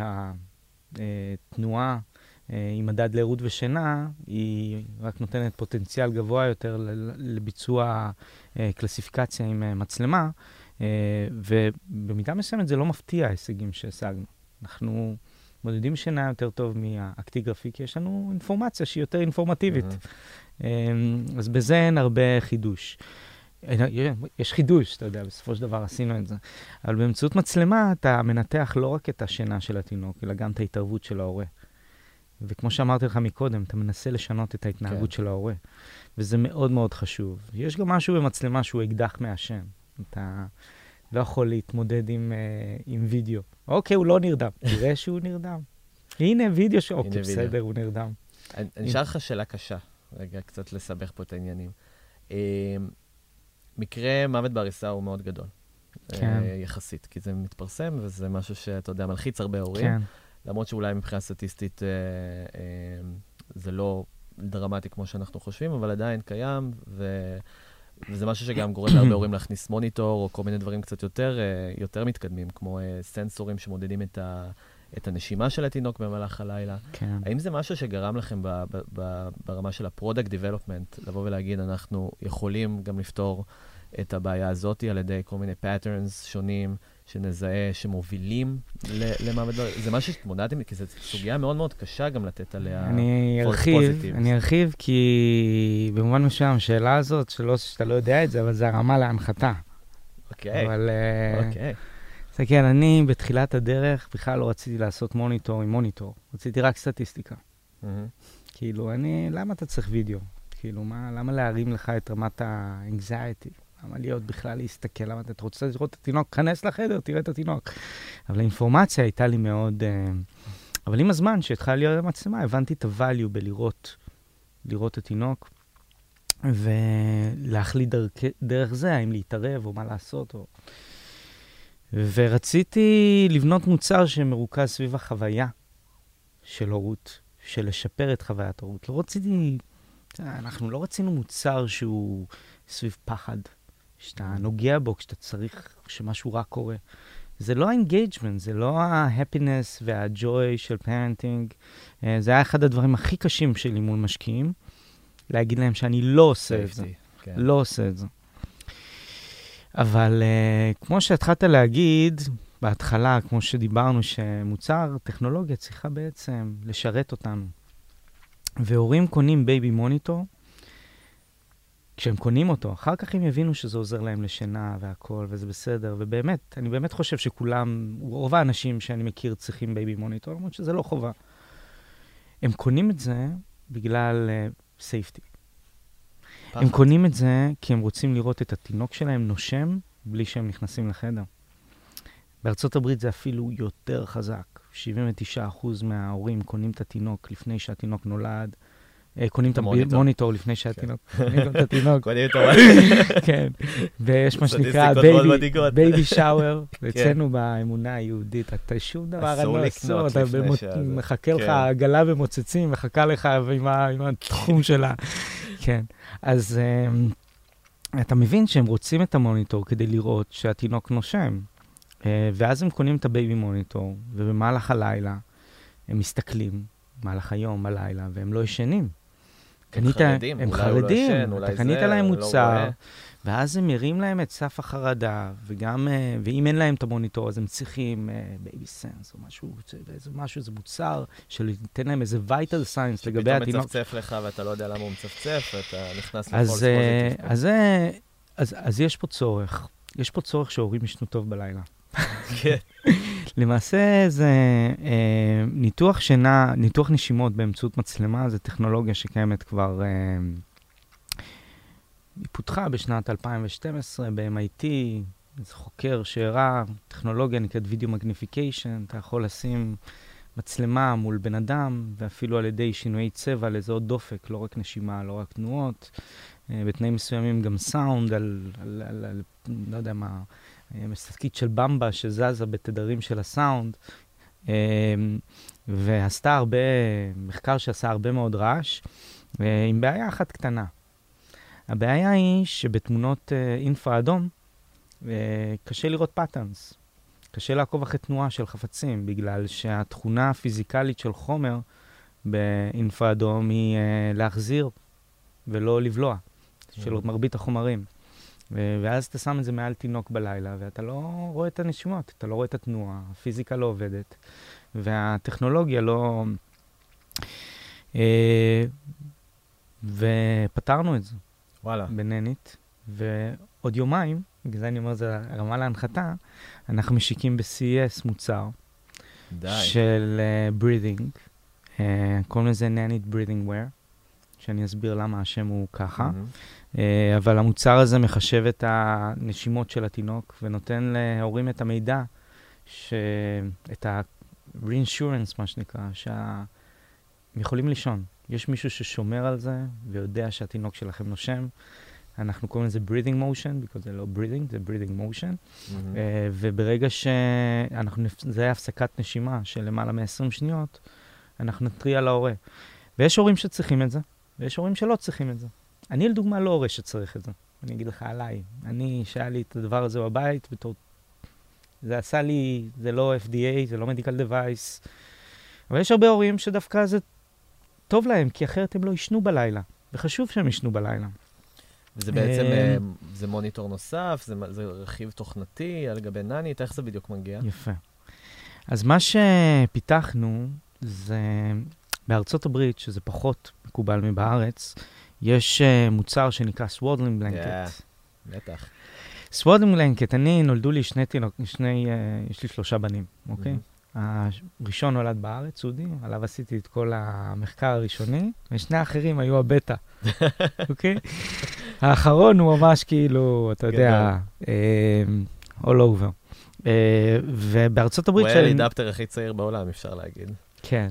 שהתנועה עם מדד לערות ושינה, היא רק נותנת פוטנציאל גבוה יותר לביצוע קלסיפיקציה עם מצלמה, ובמידה מסוימת זה לא מפתיע ההישגים שהשגנו. אנחנו מודדים שינה יותר טוב מהאקטיגרפי, כי יש לנו אינפורמציה שהיא יותר אינפורמטיבית. אז בזה אין הרבה חידוש. יש חידוש, אתה יודע, בסופו של דבר עשינו את זה. אבל באמצעות מצלמה אתה מנתח לא רק את השינה של התינוק, אלא גם את ההתערבות של ההורה. וכמו שאמרתי לך מקודם, אתה מנסה לשנות את ההתנהגות של ההורה. וזה מאוד מאוד חשוב. יש גם משהו במצלמה שהוא אקדח מעשן. אתה לא יכול להתמודד עם, uh, עם וידאו. אוקיי, הוא לא נרדם. תראה שהוא נרדם. הנה וידאו ש... אוקיי, בסדר, הוא נרדם. אני אשאל לך שאלה קשה. רגע, קצת לסבך פה את העניינים. Uh, מקרה מוות בעריסה הוא מאוד גדול. כן. Uh, יחסית, כי זה מתפרסם, וזה משהו שאתה יודע, מלחיץ הרבה הורים. כן. למרות שאולי מבחינה סטטיסטית uh, uh, זה לא דרמטי כמו שאנחנו חושבים, אבל עדיין קיים, ו... וזה משהו שגם גורם להרבה הורים להכניס מוניטור, או כל מיני דברים קצת יותר, יותר מתקדמים, כמו סנסורים שמודדים את ה... את הנשימה של התינוק במהלך הלילה. כן. האם זה משהו שגרם לכם ב- ב- ב- ברמה של הפרודקט דיבלופמנט, לבוא ולהגיד, אנחנו יכולים גם לפתור את הבעיה הזאת על ידי כל מיני פאטרנס שונים, שנזהה, שמובילים למעמד דבר? זה משהו שתמודדתם, כי זו סוגיה מאוד מאוד קשה גם לתת עליה אני ארחיב, אני ארחיב, כי במובן מסוים, השאלה הזאת, שלא שאתה לא יודע את זה, אבל זה הרמה להנחתה. אוקיי. אבל... אוקיי. זה כן, אני בתחילת הדרך בכלל לא רציתי לעשות מוניטור עם מוניטור. רציתי רק סטטיסטיקה. כאילו, אני, למה אתה צריך וידאו? כאילו, מה, למה להרים לך את רמת ה-anxiety? למה להיות בכלל להסתכל? למה אתה רוצה לראות את התינוק? כנס לחדר, תראה את התינוק. אבל האינפורמציה הייתה לי מאוד... אבל עם הזמן שהתחלה להיות המצלמה, הבנתי את ה-value בלראות, לראות את התינוק, ולהחליט דרך זה, האם להתערב או מה לעשות, או... ורציתי לבנות מוצר שמרוכז סביב החוויה של הורות, של לשפר את חוויית הורות. לא רציתי, אנחנו לא רצינו מוצר שהוא סביב פחד, שאתה נוגע בו כשאתה צריך שמשהו רע קורה. זה לא האינגייג'מנט, זה לא ההפינס והג'וי של פרנטינג. זה היה אחד הדברים הכי קשים שלי מול משקיעים, להגיד להם שאני לא עושה את זה. כן. לא עושה את זה. אבל uh, כמו שהתחלת להגיד, בהתחלה, כמו שדיברנו, שמוצר טכנולוגיה צריכה בעצם לשרת אותנו. והורים קונים בייבי מוניטור, כשהם קונים אותו, אחר כך הם יבינו שזה עוזר להם לשינה והכל, וזה בסדר. ובאמת, אני באמת חושב שכולם, רוב האנשים שאני מכיר צריכים בייבי מוניטור, למרות שזה לא חובה. הם קונים את זה בגלל uh, safety. הם קונים את זה כי הם רוצים לראות את התינוק שלהם נושם בלי שהם נכנסים לחדר. בארצות הברית זה אפילו יותר חזק. שבעים ותשעה אחוז מההורים קונים את התינוק לפני שהתינוק נולד. קונים את המוניטור לפני שהתינוק... קונים את התינוק. קונים את המוניטור. כן. ויש מה שנקרא בייבי שאוור. אצלנו באמונה היהודית, אתה שום דבר לא עשו, אתה מחכה לך עגלה ומוצצים, מחכה לך עם התחום שלה. כן. אז uh, אתה מבין שהם רוצים את המוניטור כדי לראות שהתינוק נושם. Uh, ואז הם קונים את הבייבי מוניטור, ובמהלך הלילה הם מסתכלים, במהלך היום, בלילה, והם לא ישנים. הם קנית, חרדים, הם אולי חרדים, הוא לא ישן, אולי אתה קנית זה, להם לא מוצר, רואה. ואז הם מרים להם את סף החרדה, וגם, uh, ואם אין להם את המוניטור, אז הם צריכים בייבי uh, סנס, או משהו, איזה משהו, זה מוצר, שייתן להם איזה vital signs לגבי התינוק. שפתאום מצפצף לך, ואתה לא יודע למה הוא מצפצף, ואתה נכנס לפולס אז, פוזיטיב. אז, אז, אז יש פה צורך, יש פה צורך שההורים ישנו טוב בלילה. כן. למעשה זה אה, ניתוח שינה, ניתוח נשימות באמצעות מצלמה, זה טכנולוגיה שקיימת כבר, אה, היא פותחה בשנת אלפיים ושתים עשרה ב-אם איי טי, איזה חוקר שהראה, טכנולוגיה נקראת וידאו מגניפיקיישן, אתה יכול לשים מצלמה מול בן אדם, ואפילו על ידי שינויי צבע לזהות דופק, לא רק נשימה, לא רק תנועות, אה, בתנאים מסוימים גם סאונד, על, על, על, על לא יודע מה, משחקית של במבה שזזה בתדרים של הסאונד, ועשתה הרבה, מחקר שעשה הרבה מאוד רעש, עם בעיה אחת קטנה. הבעיה היא שבתמונות אינפרה אדום, קשה לראות פאטרנס. קשה לעקוב אחרי תנועה של חפצים, בגלל שהתכונה הפיזיקלית של חומר באינפרה אדום היא להחזיר ולא לבלוע, של מרבית החומרים. ואז אתה שם את זה מעל תינוק בלילה, ואתה לא רואה את הנשימות, אתה לא רואה את התנועה, הפיזיקה לא עובדת, והטכנולוגיה לא... ופתרנו את זה. וואלה. בננית, ועוד יומיים, בגלל זה אני אומר, זה הרמה להנחתה, אנחנו משיקים ב-סי אי אס מוצר, די. של uh, breathing, uh, קוראים לזה ננית breathing wear, שאני אסביר למה השם הוא ככה. Mm-hmm. Uh, אבל המוצר הזה מחשב את הנשימות של התינוק, ונותן להורים את המידע, ש... את ה-reinsurance, מה שנקרא, שהם יכולים לישון. יש מישהו ששומר על זה, ויודע שהתינוק שלכם נושם. אנחנו קוראים לזה breathing motion, because זה לא breathing, זה breathing motion. Mm-hmm. Uh, וברגע שאנחנו, זה היה הפסקת נשימה של למעלה מ-עשרים שניות, אנחנו נטריע להורה. ויש הורים שצריכים את זה, ויש הורים שלא צריכים את זה. אני לדוגמה לא הורה שצריך את זה. אני אגיד לך עליי. אני, שהיה לי את הדבר הזה בבית, בתור... זה עשה לי, זה לא F D A, זה לא Medical Device, אבל יש הרבה הורים שדווקא זה טוב להם, כי אחרת הם לא ישנו בלילה, וחשוב שהם ישנו בלילה. וזה בעצם, זה מוניטור נוסף, זה, זה רכיב תוכנתי על גבי ננית, איך זה בדיוק מגיע? יפה. אז מה שפיתחנו זה בארצות הברית, שזה פחות מקובל מבארץ, יש מוצר שנקרא סוודלינג בלנקט. בטח. סוודלינג בלנקט, אני נולדו לי שני תינוק, שני, יש לי שלושה בנים, אוקיי? הראשון נולד בארץ, סודי, עליו עשיתי את כל המחקר הראשוני, ושני האחרים היו הבטא, אוקיי? האחרון הוא ממש כאילו, אתה יודע, all over. ובארצות הברית... הוא היה לידאפטר הכי צעיר בעולם, אפשר להגיד. כן,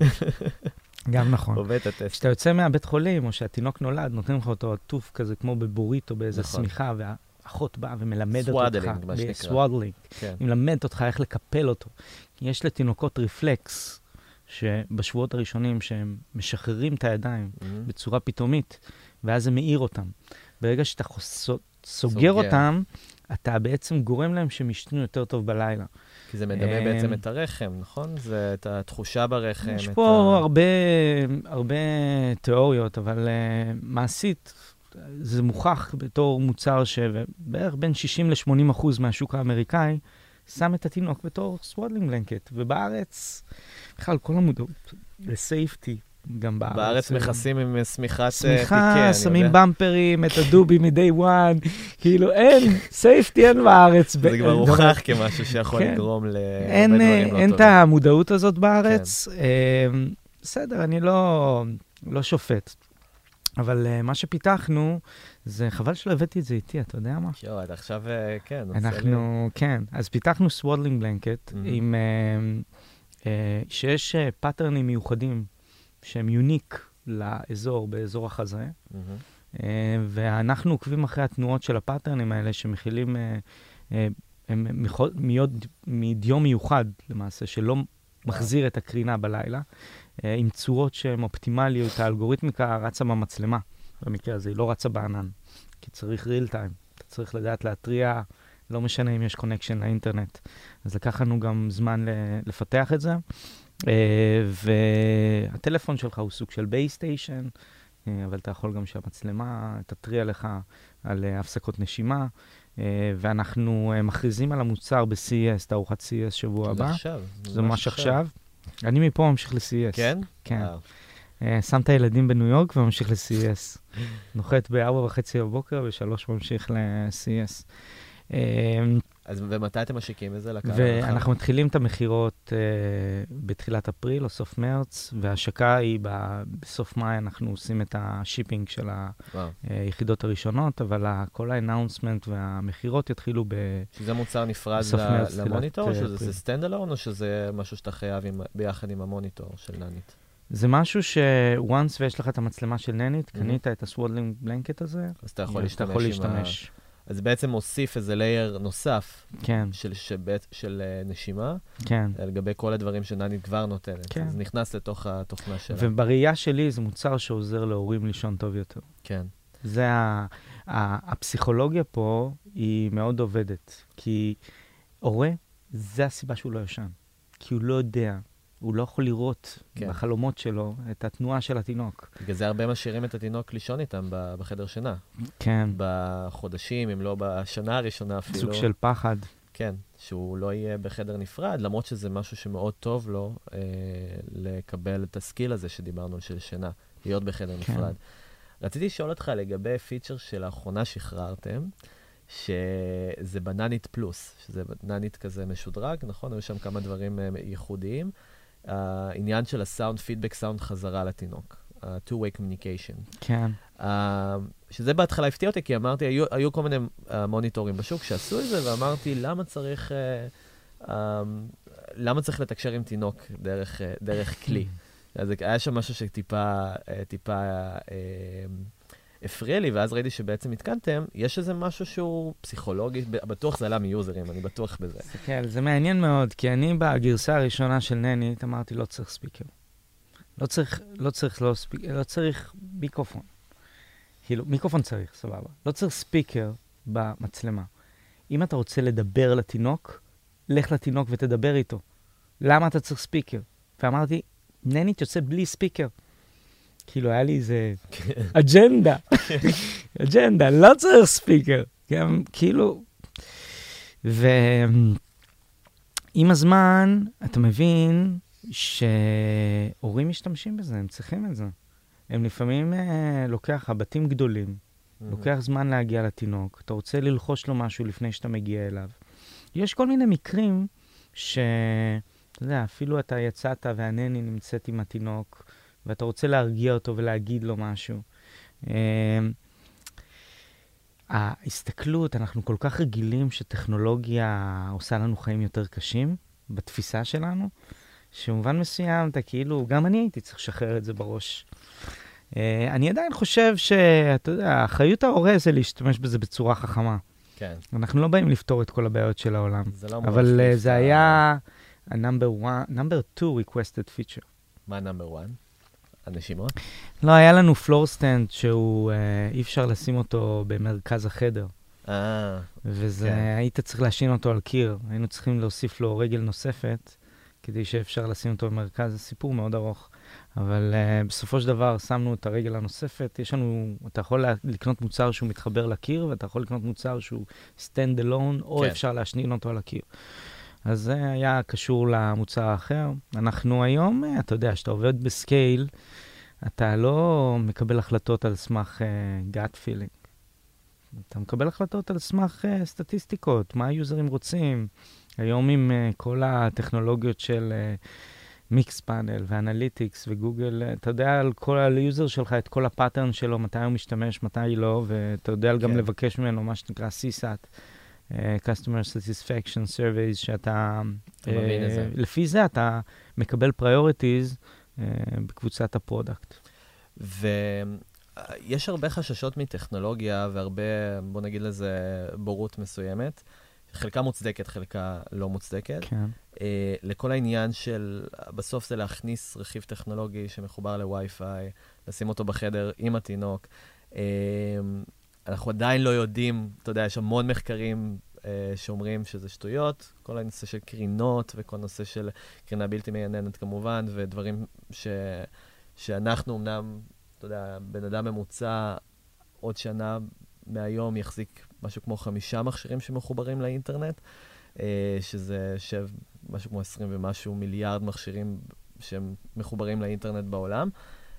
גם נכון. עובד את הטסט. כשאתה יוצא מהבית חולים, או שהתינוק נולד, נותנים לך אותו עטוף כזה, כמו בבורית או באיזה סמיכה, והאחות באה ומלמדת אותך. סוואדלינג, מה שנקרא. סוואדלינג. היא מלמדת אותך איך לקפל אותו. יש לתינוקות ריפלקס, שבשבועות הראשונים שהם משחררים את הידיים בצורה פתאומית, ואז זה מאיר אותם. ברגע שאתה סוגר אותם, אתה בעצם גורם להם שהם ישנו יותר טוב בלילה. כי זה מדמה בעצם את הרחם, נכון? זה את התחושה ברחם. יש פה הרבה, הרבה תיאוריות, אבל מעשית, זה מוכח בתור מוצר שבערך בין שישים ל-שמונים אחוז מהשוק האמריקאי, שם את התינוק בתור סוודלינג בלנקט. ובארץ, בכלל כל המודעות לסייפטי, גם בארץ. בארץ מכסים עם סמיכת סמיכה, שמים במפרים, את הדובי מ-day one, כאילו אין, סייפטי אין בארץ. זה כבר הוכח כמשהו שיכול לגרום להרבה דברים לא טובים. אין את המודעות הזאת בארץ. בסדר, אני לא שופט. אבל מה שפיתחנו, זה חבל שלא הבאתי את זה איתי, אתה יודע מה? יו, אתה עכשיו, כן. אנחנו, כן. אז פיתחנו סוודלינג בלנקט, עם, שיש פאטרנים מיוחדים, שהם יוניק לאזור, באזור החזה, ואנחנו עוקבים אחרי התנועות של הפאטרנים האלה, שמכילים, הם מדיום מיוחד, למעשה, שלא מחזיר את הקרינה בלילה, עם צורות שהן אופטימליות, האלגוריתמיקה רצה במצלמה, במקרה הזה, היא לא רצה בענן, כי צריך ריל טיים, אתה צריך לדעת להטריע, לא משנה אם יש קונקשן לאינטרנט, אז לקח לנו גם זמן לפתח את זה, והטלפון שלך הוא סוג של בייס סטיישן, אבל אתה יכול גם שהמצלמה תטריע לך על הפסקות נשימה, ואנחנו מכריזים על המוצר ב-C E S, תערוכת C E S שבוע הבא. עכשיו. זה ממש עכשיו. אני מפה ממשיך ל-C E S. כן? כן. שם את הילדים בניו יורק וממשיך ל-C E S. נוחת ב-ארבע וחצי בבוקר, ב-שלוש ממשיך ל-C E S. אז ומתי אתם משיקים את זה? ואנחנו מתחילים את המחירות בתחילת אפריל או סוף מרץ, וההשקה היא בסוף מאי, אנחנו עושים את השיפינג של היחידות הראשונות, אבל כל האנאונסמנט והמחירות יתחילו בסוף מרץ. שזה מוצר נפרד למוניטור, או שזה סטנד אלון, או שזה משהו שאתה חייב ביחד עם המוניטור של ננית? זה משהו ש-once ויש לך את המצלמה של ננית, קנית את הסוודלינג בלנקט הזה, אז אתה יכול להשתמש. אז זה בעצם מוסיף איזה לייר נוסף כן. של, שבט, של uh, נשימה, כן. לגבי כל הדברים שננית כבר נותנת. כן. אז נכנס לתוך התוכנה שלה. ובראייה שלי זה מוצר שעוזר להורים לישון טוב יותר. כן. זה ה, ה, הפסיכולוגיה פה היא מאוד עובדת, כי הורה, זה הסיבה שהוא לא ישן. כי הוא לא יודע, הוא לא יכול לראות כן. בחלומות שלו את התנועה של התינוק. בגלל זה הרבה משאירים את התינוק לישון איתם בחדר שינה. כן. בחודשים, אם לא בשנה הראשונה אפילו. סוג של פחד. כן, שהוא לא יהיה בחדר נפרד, למרות שזה משהו שמאוד טוב לו אה, לקבל את הסקיל הזה שדיברנו של שינה, להיות בחדר כן. נפרד. רציתי לשאול אותך לגבי פיצ'ר שלאחרונה שחררתם, שזה בננית פלוס, שזה בננית כזה משודרג, נכון? היו שם כמה דברים uh, ייחודיים. העניין של הסאונד, פידבק סאונד חזרה לתינוק. Uh, two-way communication. כן. Uh, שזה בהתחלה הפתיע אותי, כי אמרתי, היו, היו כל מיני uh, מוניטורים בשוק שעשו את זה, ואמרתי, למה צריך, uh, um, למה צריך לתקשר עם תינוק דרך, uh, דרך כלי? אז היה שם משהו שטיפה, uh, טיפה... Uh, הפריע לי, ואז ראיתי שבעצם התקנתם, יש איזה משהו שהוא פסיכולוגי, בטוח זה עלה מיוזרים, אני בטוח בזה. כן, זה מעניין מאוד, כי אני בגרסה הראשונה של ננית, אמרתי, לא צריך ספיקר. לא צריך, לא צריך, לא ספיקר, לא צריך מיקרופון. כאילו, מיקרופון צריך, סבבה. לא צריך ספיקר במצלמה. אם אתה רוצה לדבר לתינוק, לך לתינוק ותדבר איתו. למה אתה צריך ספיקר? ואמרתי, ננית יוצא בלי ספיקר. כאילו, היה לי איזה אג'נדה. אג'נדה, לא צריך ספיקר. גם, כאילו... ועם הזמן, אתה מבין שהורים משתמשים בזה, הם צריכים את זה. הם לפעמים אה, לוקח, הבתים גדולים, mm-hmm. לוקח זמן להגיע לתינוק, אתה רוצה ללחוש לו משהו לפני שאתה מגיע אליו. יש כל מיני מקרים ש... אתה יודע, אפילו אתה יצאת והנני נמצאת עם התינוק, ואתה רוצה להרגיע אותו ולהגיד לו משהו. אה, ההסתכלות, אנחנו כל כך רגילים שטכנולוגיה עושה לנו חיים יותר קשים, בתפיסה שלנו, שמובן מסוים, אתה כאילו, גם אני הייתי צריך לשחרר את זה בראש. Uh, אני עדיין חושב שאתה יודע, האחריות ההורה זה להשתמש בזה בצורה חכמה. כן. אנחנו לא באים לפתור את כל הבעיות של העולם. זה לא אבל uh, זה היה ה-number one, number two requested feature. מה number one? הנשימות? לא, היה לנו floor stand שהוא, uh, אי אפשר לשים אותו במרכז החדר. אה. וזה, כן. היית צריך להשין אותו על קיר. היינו צריכים להוסיף לו רגל נוספת, כדי שאפשר לשים אותו במרכז. זה סיפור מאוד ארוך. אבל uh, בסופו של דבר שמנו את הרגל הנוספת. יש לנו, אתה יכול לקנות מוצר שהוא מתחבר לקיר, ואתה יכול לקנות מוצר שהוא stand alone, או כן. אפשר להשנין אותו על הקיר. אז זה היה קשור למוצר האחר. אנחנו היום, אתה יודע, שאתה עובד בסקייל, אתה לא מקבל החלטות על סמך uh, gut feeling. אתה מקבל החלטות על סמך uh, סטטיסטיקות, מה היוזרים רוצים. היום עם uh, כל הטכנולוגיות של מיקס פאנל ואנליטיקס וגוגל, uh, אתה יודע על כל היוזר שלך, את כל הפאטרן שלו, מתי הוא משתמש, מתי לא, ואתה יודע כן. גם לבקש ממנו מה שנקרא סי סאט, uh, Customer Satisfaction Surveys, שאתה, uh, לפי זה אתה מקבל priorities uh, בקבוצת הפרודקט. ויש הרבה חששות מטכנולוגיה והרבה, בוא נגיד לזה, בורות מסוימת. חלקה מוצדקת, חלקה לא מוצדקת. כן. Uh, לכל העניין של, בסוף זה להכניס רכיב טכנולוגי שמחובר לווי-פיי, לשים אותו בחדר עם התינוק. Uh, אנחנו עדיין לא יודעים, אתה יודע, יש המון מחקרים uh, שאומרים שזה שטויות, כל הנושא של קרינות וכל נושא של קרינה בלתי מייננת כמובן, ודברים ש, שאנחנו אמנם, אתה יודע, בן אדם ממוצע עוד שנה מהיום יחזיק משהו כמו חמישה מכשירים שמחוברים לאינטרנט, שזה שב, משהו כמו עשרים ומשהו מיליארד מכשירים שהם מחוברים לאינטרנט בעולם.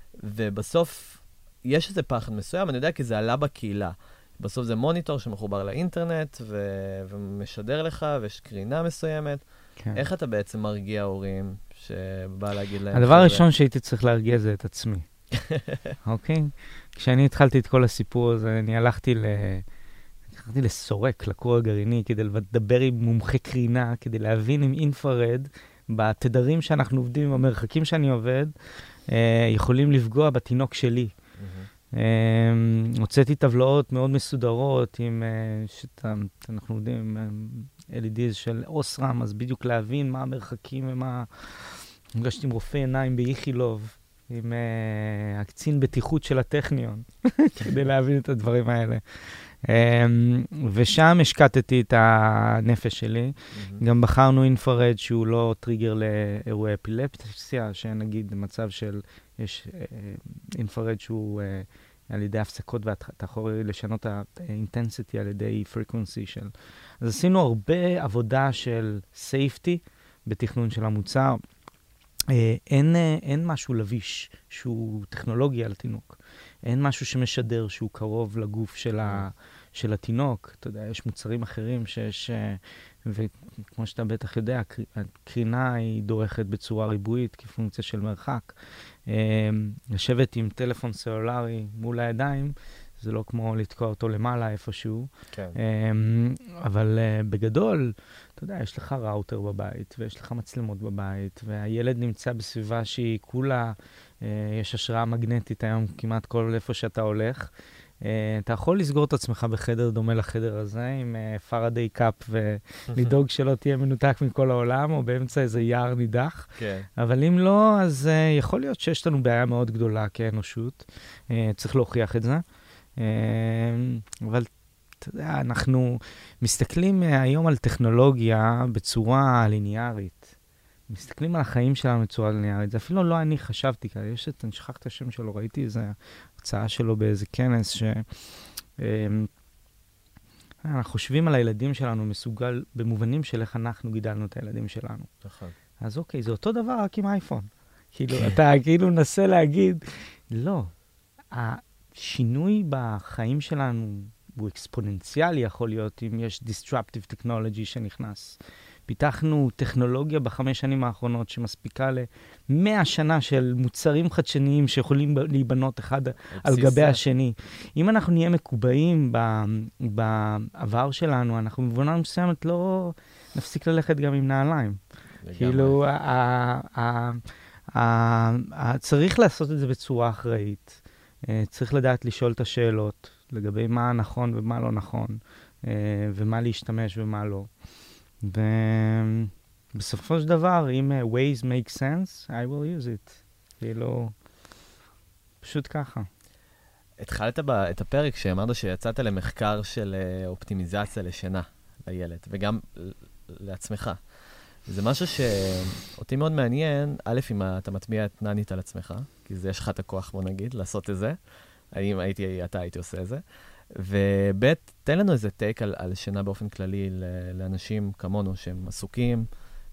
ובסוף יש איזה פחד מסוים, אני יודע כי זה עלה בקהילה. בסוף זה מוניטור שמחובר לאינטרנט ו- ומשדר לך, ויש קרינה מסוימת. כן. איך אתה בעצם מרגיע הורים שבא להגיד להם... הדבר הראשון שהייתי צריך להרגיע זה את עצמי. אוקיי? כשאני התחלתי את כל הסיפור הזה, אני הלכתי ל... הלכתי לסורק, לכור הגרעיני, כדי לדבר עם מומחי קרינה, כדי להבין עם אינפרד, בתדרים שאנחנו עובדים, עם המרחקים שאני עובד, אה, יכולים לפגוע בתינוק שלי. Mm-hmm. אה, הוצאתי טבלאות מאוד מסודרות, עם, אה, שאנחנו עובדים עם אל אי די של אוסרם, אז בדיוק להבין מה המרחקים ומה... נפגשתי עם רופא עיניים באיכילוב, עם uh, הקצין בטיחות של הטכניון, כדי להבין את הדברים האלה. Um, ושם השקטתי את הנפש שלי. Mm-hmm. גם בחרנו אינפרד שהוא לא טריגר לאירועי אפילפסיה, שנגיד מצב של, יש uh, אינפרד שהוא uh, על ידי הפסקות, ואתה יכול לשנות האינטנסיטי על ידי פריקוונסי של... אז עשינו הרבה עבודה של סייפטי בתכנון של המוצר. אין, אין משהו לביש שהוא טכנולוגיה לתינוק. אין משהו שמשדר שהוא קרוב לגוף של, ה, של התינוק. אתה יודע, יש מוצרים אחרים שיש, וכמו שאתה בטח יודע, הקרינה היא דורכת בצורה ריבועית כפונקציה של מרחק. לשבת עם טלפון סלולרי מול הידיים, זה לא כמו לתקוע אותו למעלה איפשהו. כן. אבל בגדול, אתה יודע, יש לך ראוטר בבית, ויש לך מצלמות בבית, והילד נמצא בסביבה שהיא כולה, יש השראה מגנטית היום כמעט כל איפה שאתה הולך. אתה יכול לסגור את עצמך בחדר דומה לחדר הזה, עם פרדיי קאפ, ולדאוג שלא תהיה מנותק מכל העולם, או באמצע איזה יער נידח. כן. אבל אם לא, אז יכול להיות שיש לנו בעיה מאוד גדולה כאנושות. צריך להוכיח את זה. אבל אתה יודע, אנחנו מסתכלים היום על טכנולוגיה בצורה ליניארית. מסתכלים על החיים שלנו בצורה ליניארית. זה אפילו לא אני חשבתי, כי יש את, אני שכח את השם שלו, ראיתי איזו הרצאה שלו באיזה כנס, ש... אנחנו חושבים על הילדים שלנו מסוגל, במובנים של איך אנחנו גידלנו את הילדים שלנו. נכון. אז אוקיי, זה אותו דבר רק עם אייפון. כאילו, אתה כאילו נסה להגיד, לא, השינוי בחיים שלנו הוא אקספוננציאלי, יכול להיות אם יש disruptive technology שנכנס. פיתחנו טכנולוגיה בחמש שנים האחרונות שמספיקה ל-מאה שנה של מוצרים חדשניים שיכולים להיבנות אחד על גבי השני. אם אנחנו נהיה מקובעים בעבר שלנו, אנחנו מבונה מסוימת לא נפסיק ללכת גם עם נעליים. כאילו, צריך לעשות את זה בצורה אחראית. צריך לדעת לשאול את השאלות לגבי מה נכון ומה לא נכון, ומה להשתמש ומה לא. ובסופו של דבר, אם ways make sense, I will use it. כאילו, פשוט ככה. התחלת את הפרק שאמרת שיצאת למחקר של אופטימיזציה לשינה לילד, וגם לעצמך. זה משהו שאותי מאוד מעניין, א', אם אתה מטמיע את ננית על עצמך, כי זה יש לך את הכוח, בוא נגיד, לעשות את זה. אם הייתי, אתה הייתי עושה את זה. וב' תן לנו איזה טייק על, על שינה באופן כללי לאנשים כמונו שהם עסוקים,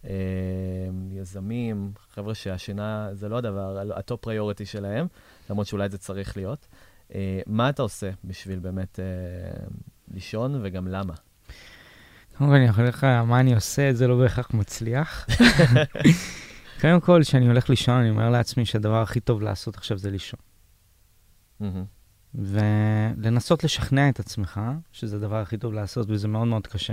יזמים, חבר'ה שהשינה זה לא הדבר, הטופ פריוריטי שלהם, למרות שאולי זה צריך להיות. מה אתה עושה בשביל באמת לישון וגם למה? קודם כל אני יכול לך, מה אני עושה, זה לא בהכרח מצליח. קודם כל, כשאני הולך לישון, אני אומר לעצמי שהדבר הכי טוב לעשות עכשיו זה לישון. ולנסות לשכנע את עצמך, שזה הדבר הכי טוב לעשות, וזה מאוד מאוד קשה.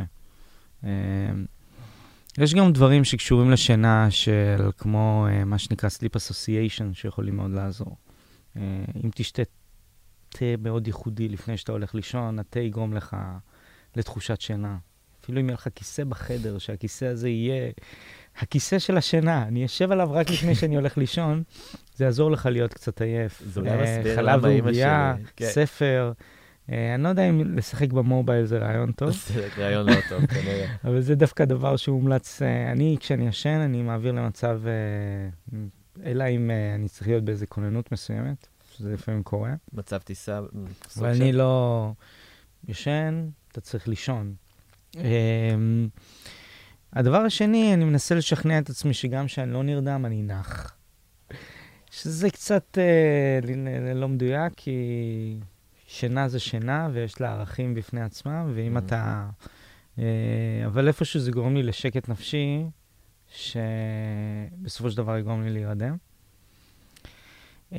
יש גם דברים שקשורים לשינה, של כמו מה שנקרא sleep association, שיכולים מאוד לעזור. אם תשתה תה מאוד ייחודי לפני שאתה הולך לישון, התה יגרום לך לתחושת שינה. אפילו אם יהיה לך כיסא בחדר, שהכיסא הזה יהיה הכיסא של השינה, אני אשב עליו רק לפני שאני הולך לישון, זה יעזור לך להיות קצת עייף. זה אולי מסביר חלב למה אמא ועוגיה, שלי. ספר. אני לא יודע אם לשחק במובייל זה רעיון טוב. זה רעיון לא טוב, כנראה. אבל זה דווקא דבר שהוא מומלץ. אני, כשאני ישן, אני מעביר למצב, אלא אם אני צריך להיות באיזו כוננות מסוימת, שזה לפעמים קורה. מצב טיסה. אבל אני לא ישן, אתה צריך לישון. הדבר השני, אני מנסה לשכנע את עצמי שגם שאני לא נרדם, אני נח. שזה קצת אה, לא מדויק, כי שינה זה שינה, ויש לה ערכים בפני עצמה, ואם אתה... אה, אבל איפשהו זה גורם לי לשקט נפשי, שבסופו של דבר יגרום לי להירדם. אה,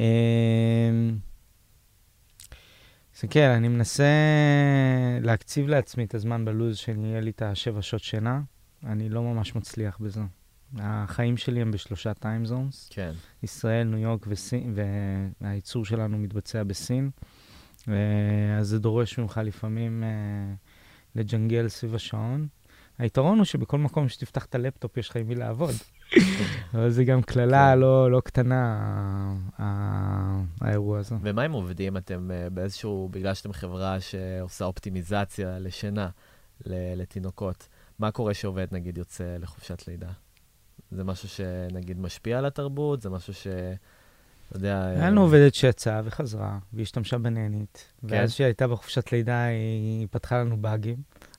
זה כן, אני מנסה להקציב לעצמי את הזמן בלוז, שאני יהיה לי את השבע שעות שינה. אני לא ממש מצליח בזה. החיים שלי הם בשלושה טיים זונס. כן. ישראל, ניו יורק וסין, והייצור שלנו מתבצע בסין. אז זה דורש ממך לפעמים לג'נגל סביב השעון. היתרון הוא שבכל מקום שתפתח את הלפטופ יש לך עם מי לעבוד. אבל זה גם כללה לא, לא קטנה, האירוע הזה. ומה אם עובדים? אתם באיזשהו, בגלל שאתם חברה שעושה אופטימיזציה לשינה, לתינוקות, מה קורה שעובד, נגיד, יוצא לחופשת לידה? זה משהו שנגיד משפיע על התרבות? זה משהו ש... אתה יודע... היה לנו עובדת שיצאה וחזרה, והיא השתמשה בננית. ואז שהיא הייתה בחופשת לידה, היא פתחה לנו באגים.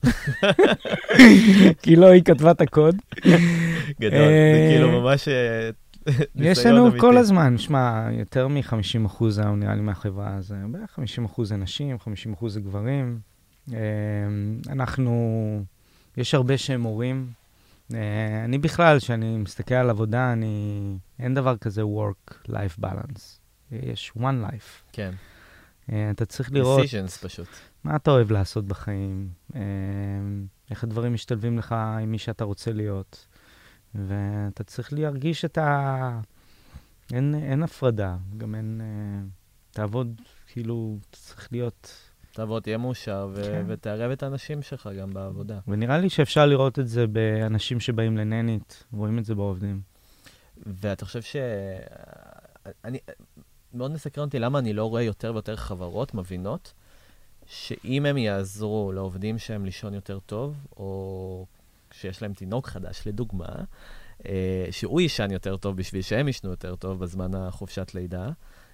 כי לא, היא כתבה את הקוד. גדול, זה כאילו ממש... יש לנו כל הזמן, שמע, יותר מ-חמישים אחוז היום נראה לי מהחברה הזו. בערך חמישים אחוז זה נשים, חמישים אחוז זה גברים. אנחנו... יש הרבה שהם הורים. אני בכלל, כשאני מסתכל על עבודה, אני... אין דבר כזה work-life balance. יש one life. כן. אתה צריך לראות... decisions פשוט. מה אתה אוהב לעשות בחיים? איך הדברים משתלבים לך עם מי שאתה רוצה להיות. ואתה צריך להרגיש את ה... אין, אין הפרדה. גם אין... תעבוד, כאילו, צריך להיות... תעבוד, תהיה מאושר, ו- כן. ותערב את האנשים שלך גם בעבודה. ונראה לי שאפשר לראות את זה באנשים שבאים לננית, רואים את זה בעובדים. ואתה חושב ש... אני... מאוד מסקרן אותי למה אני לא רואה יותר ויותר חברות מבינות, שאם הם יעזרו לעובדים שהם לישון יותר טוב, או שיש להם תינוק חדש, לדוגמה, שהוא יישן יותר טוב בשביל שהם ישנו יותר טוב בזמן החופשת לידה,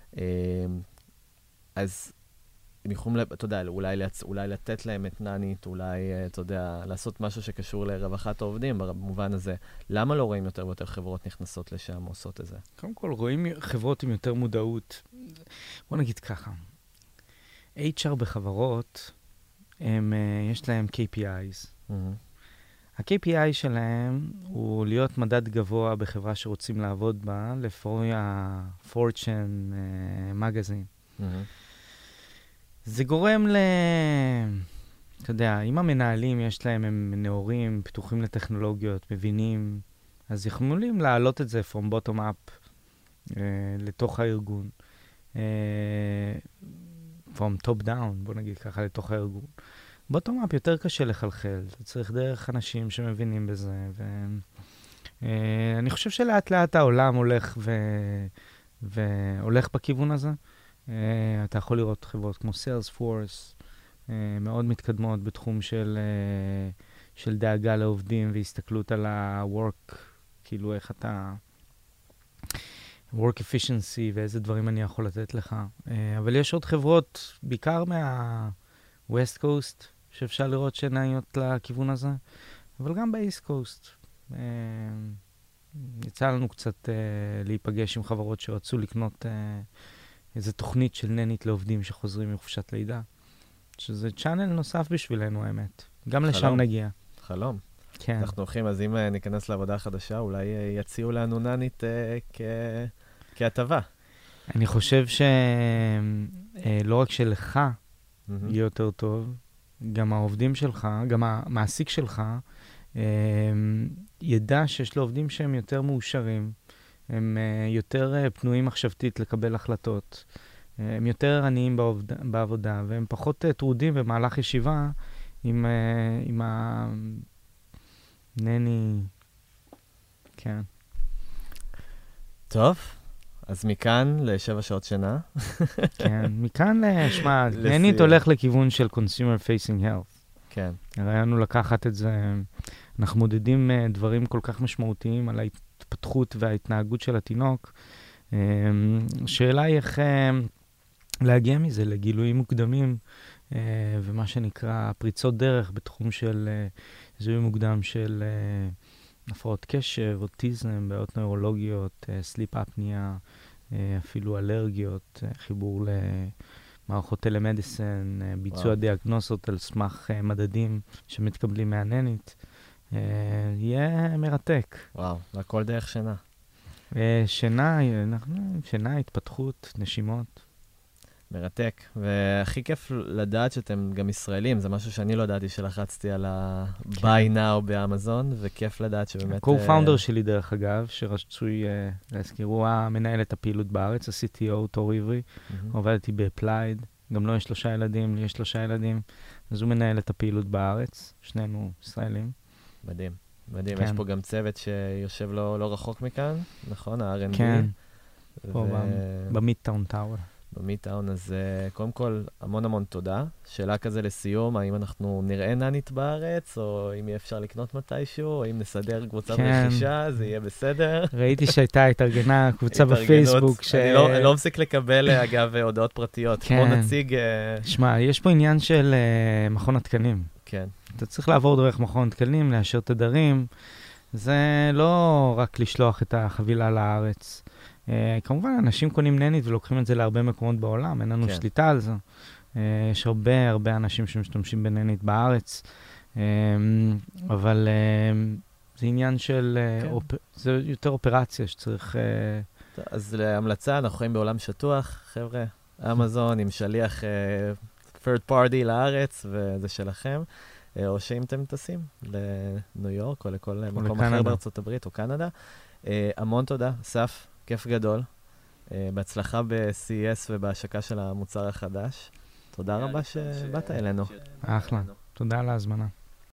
אז הם יכולים, אתה יודע, אולי, לצ... אולי לתת להם את ננית, אולי, אתה יודע, לעשות משהו שקשור לרווחת העובדים, במובן הזה. למה לא רואים יותר ויותר חברות נכנסות לשם, עושות את זה? קודם כל, רואים חברות עם יותר מודעות. בוא נגיד ככה, אייץ' אר בחברות, הם, יש להם קיי פי איז. Mm-hmm. ה-קיי פי איי שלהם הוא להיות מדד גבוה בחברה שרוצים לעבוד בה, לפי ה-Fortune Magazine. Mm-hmm. זה גורם ל... אתה יודע, אם המנהלים יש להם, הם נאורים, פתוחים לטכנולוגיות, מבינים, אז יכולים להעלות את זה from bottom up אה, לתוך הארגון. אה, from top down, בוא נגיד ככה, לתוך הארגון. bottom up יותר קשה לחלחל, אתה צריך דרך אנשים שמבינים בזה, ואני חושב שלאט לאט העולם הולך ו... והולך בכיוון הזה. Uh, אתה יכול לראות חברות כמו Salesforce, uh, מאוד מתקדמות בתחום של, uh, של דאגה לעובדים והסתכלות על ה-work, כאילו איך אתה... work efficiency ואיזה דברים אני יכול לתת לך. Uh, אבל יש עוד חברות, בעיקר מה-West Coast, שאפשר לראות שנעיות לכיוון הזה, אבל גם ב-East Coast. Uh, יצא לנו קצת uh, להיפגש עם חברות שרצו לקנות... Uh, איזו תוכנית של ננית לעובדים שחוזרים מחופשת לידה, שזה צ'אנל נוסף בשבילנו, האמת. גם חלום. לשם נגיע. חלום. כן. אנחנו הולכים, אז אם ניכנס לעבודה חדשה, אולי יציעו לנו ננית אה, כ... כהטבה. אני חושב שלא רק שלך mm-hmm. יהיה יותר טוב, גם העובדים שלך, גם המעסיק שלך, אה, ידע שיש לו עובדים שהם יותר מאושרים, הם uh, יותר uh, פנויים מחשבתית לקבל החלטות, uh, הם יותר עניים בעובד, בעבודה, והם פחות uh, טרודים במהלך ישיבה עם, uh, עם הנני, כן. טוב, אז מכאן לשבע שעות שינה. כן, מכאן, שמה, ננית הולך לכיוון של consumer facing health. כן. הרעיון הוא לקחת את זה, אנחנו מודדים uh, דברים כל כך משמעותיים על ההת... התפתחות וההתנהגות של התינוק. שאלה היא איך להגיע מזה לגילויים מוקדמים, ומה שנקרא פריצות דרך בתחום של זיהוי מוקדם של הפרעות קשב, אוטיזם, בעיות נוירולוגיות, סליפ אפניה, אפילו אלרגיות, חיבור למערכות טלמדיסן, ביצוע דיאגנוסות על סמך מדדים שמתקבלים מהננית. יהיה מרתק. וואו, והכל דרך שינה. שינה, שינה, התפתחות, נשימות. מרתק. והכי כיף לדעת שאתם גם ישראלים, זה משהו שאני לא ידעתי שלחצתי על ה-buy now באמזון, וכיף לדעת שבאמת... ה-co-founder שלי דרך אגב, שרצוי להזכיר, הוא מנהל את הפעילות בארץ, ה-סי טי או, תור עברי, עובדתי ב-Applied, גם לו יש שלושה ילדים, לי יש שלושה ילדים, אז הוא מנהל את הפעילות בארץ, שנינו ישראלים. מדהים, מדהים. כן. יש פה גם צוות שיושב לא, לא רחוק מכאן, נכון? ה-אר אנד די. כן, ו... פה במידטאון טאוור. במידטאון, אז uh, קודם כל, המון המון תודה. שאלה כזה לסיום, האם אנחנו נראה ננית בארץ, או אם יהיה אפשר לקנות מתישהו, או אם נסדר קבוצת כן. רכישה, זה יהיה בסדר. ראיתי שהייתה התארגנה קבוצה בפייסבוק. ש... אני לא, לא מפסיק לקבל, אגב, הודעות פרטיות. כן. בוא נציג... Uh... שמע, יש פה עניין של uh, מכון התקנים. כן. אתה צריך לעבור דרך מכון תקנים, לאשר תדרים. זה לא רק לשלוח את החבילה לארץ. Uh, כמובן, אנשים קונים ננית ולוקחים את זה להרבה מקומות בעולם, אין לנו כן. שליטה על זה. Uh, יש הרבה הרבה אנשים שמשתמשים בננית בארץ, uh, אבל uh, זה עניין של... Uh, כן. אופ... זה יותר אופרציה שצריך... Uh... טוב, אז להמלצה, אנחנו חיים בעולם שטוח, חבר'ה, אמזון עם שליח uh, third party לארץ, וזה שלכם. או שאם אתם טסים לניו יורק או לכל או מקום לקנדה. אחר בארצות הברית או קנדה. Uh, המון תודה, אסף, כיף גדול. Uh, בהצלחה ב-סי אי אס ובהשקה של המוצר החדש. תודה רבה שבאת אלינו. אחלה, תודה על ההזמנה.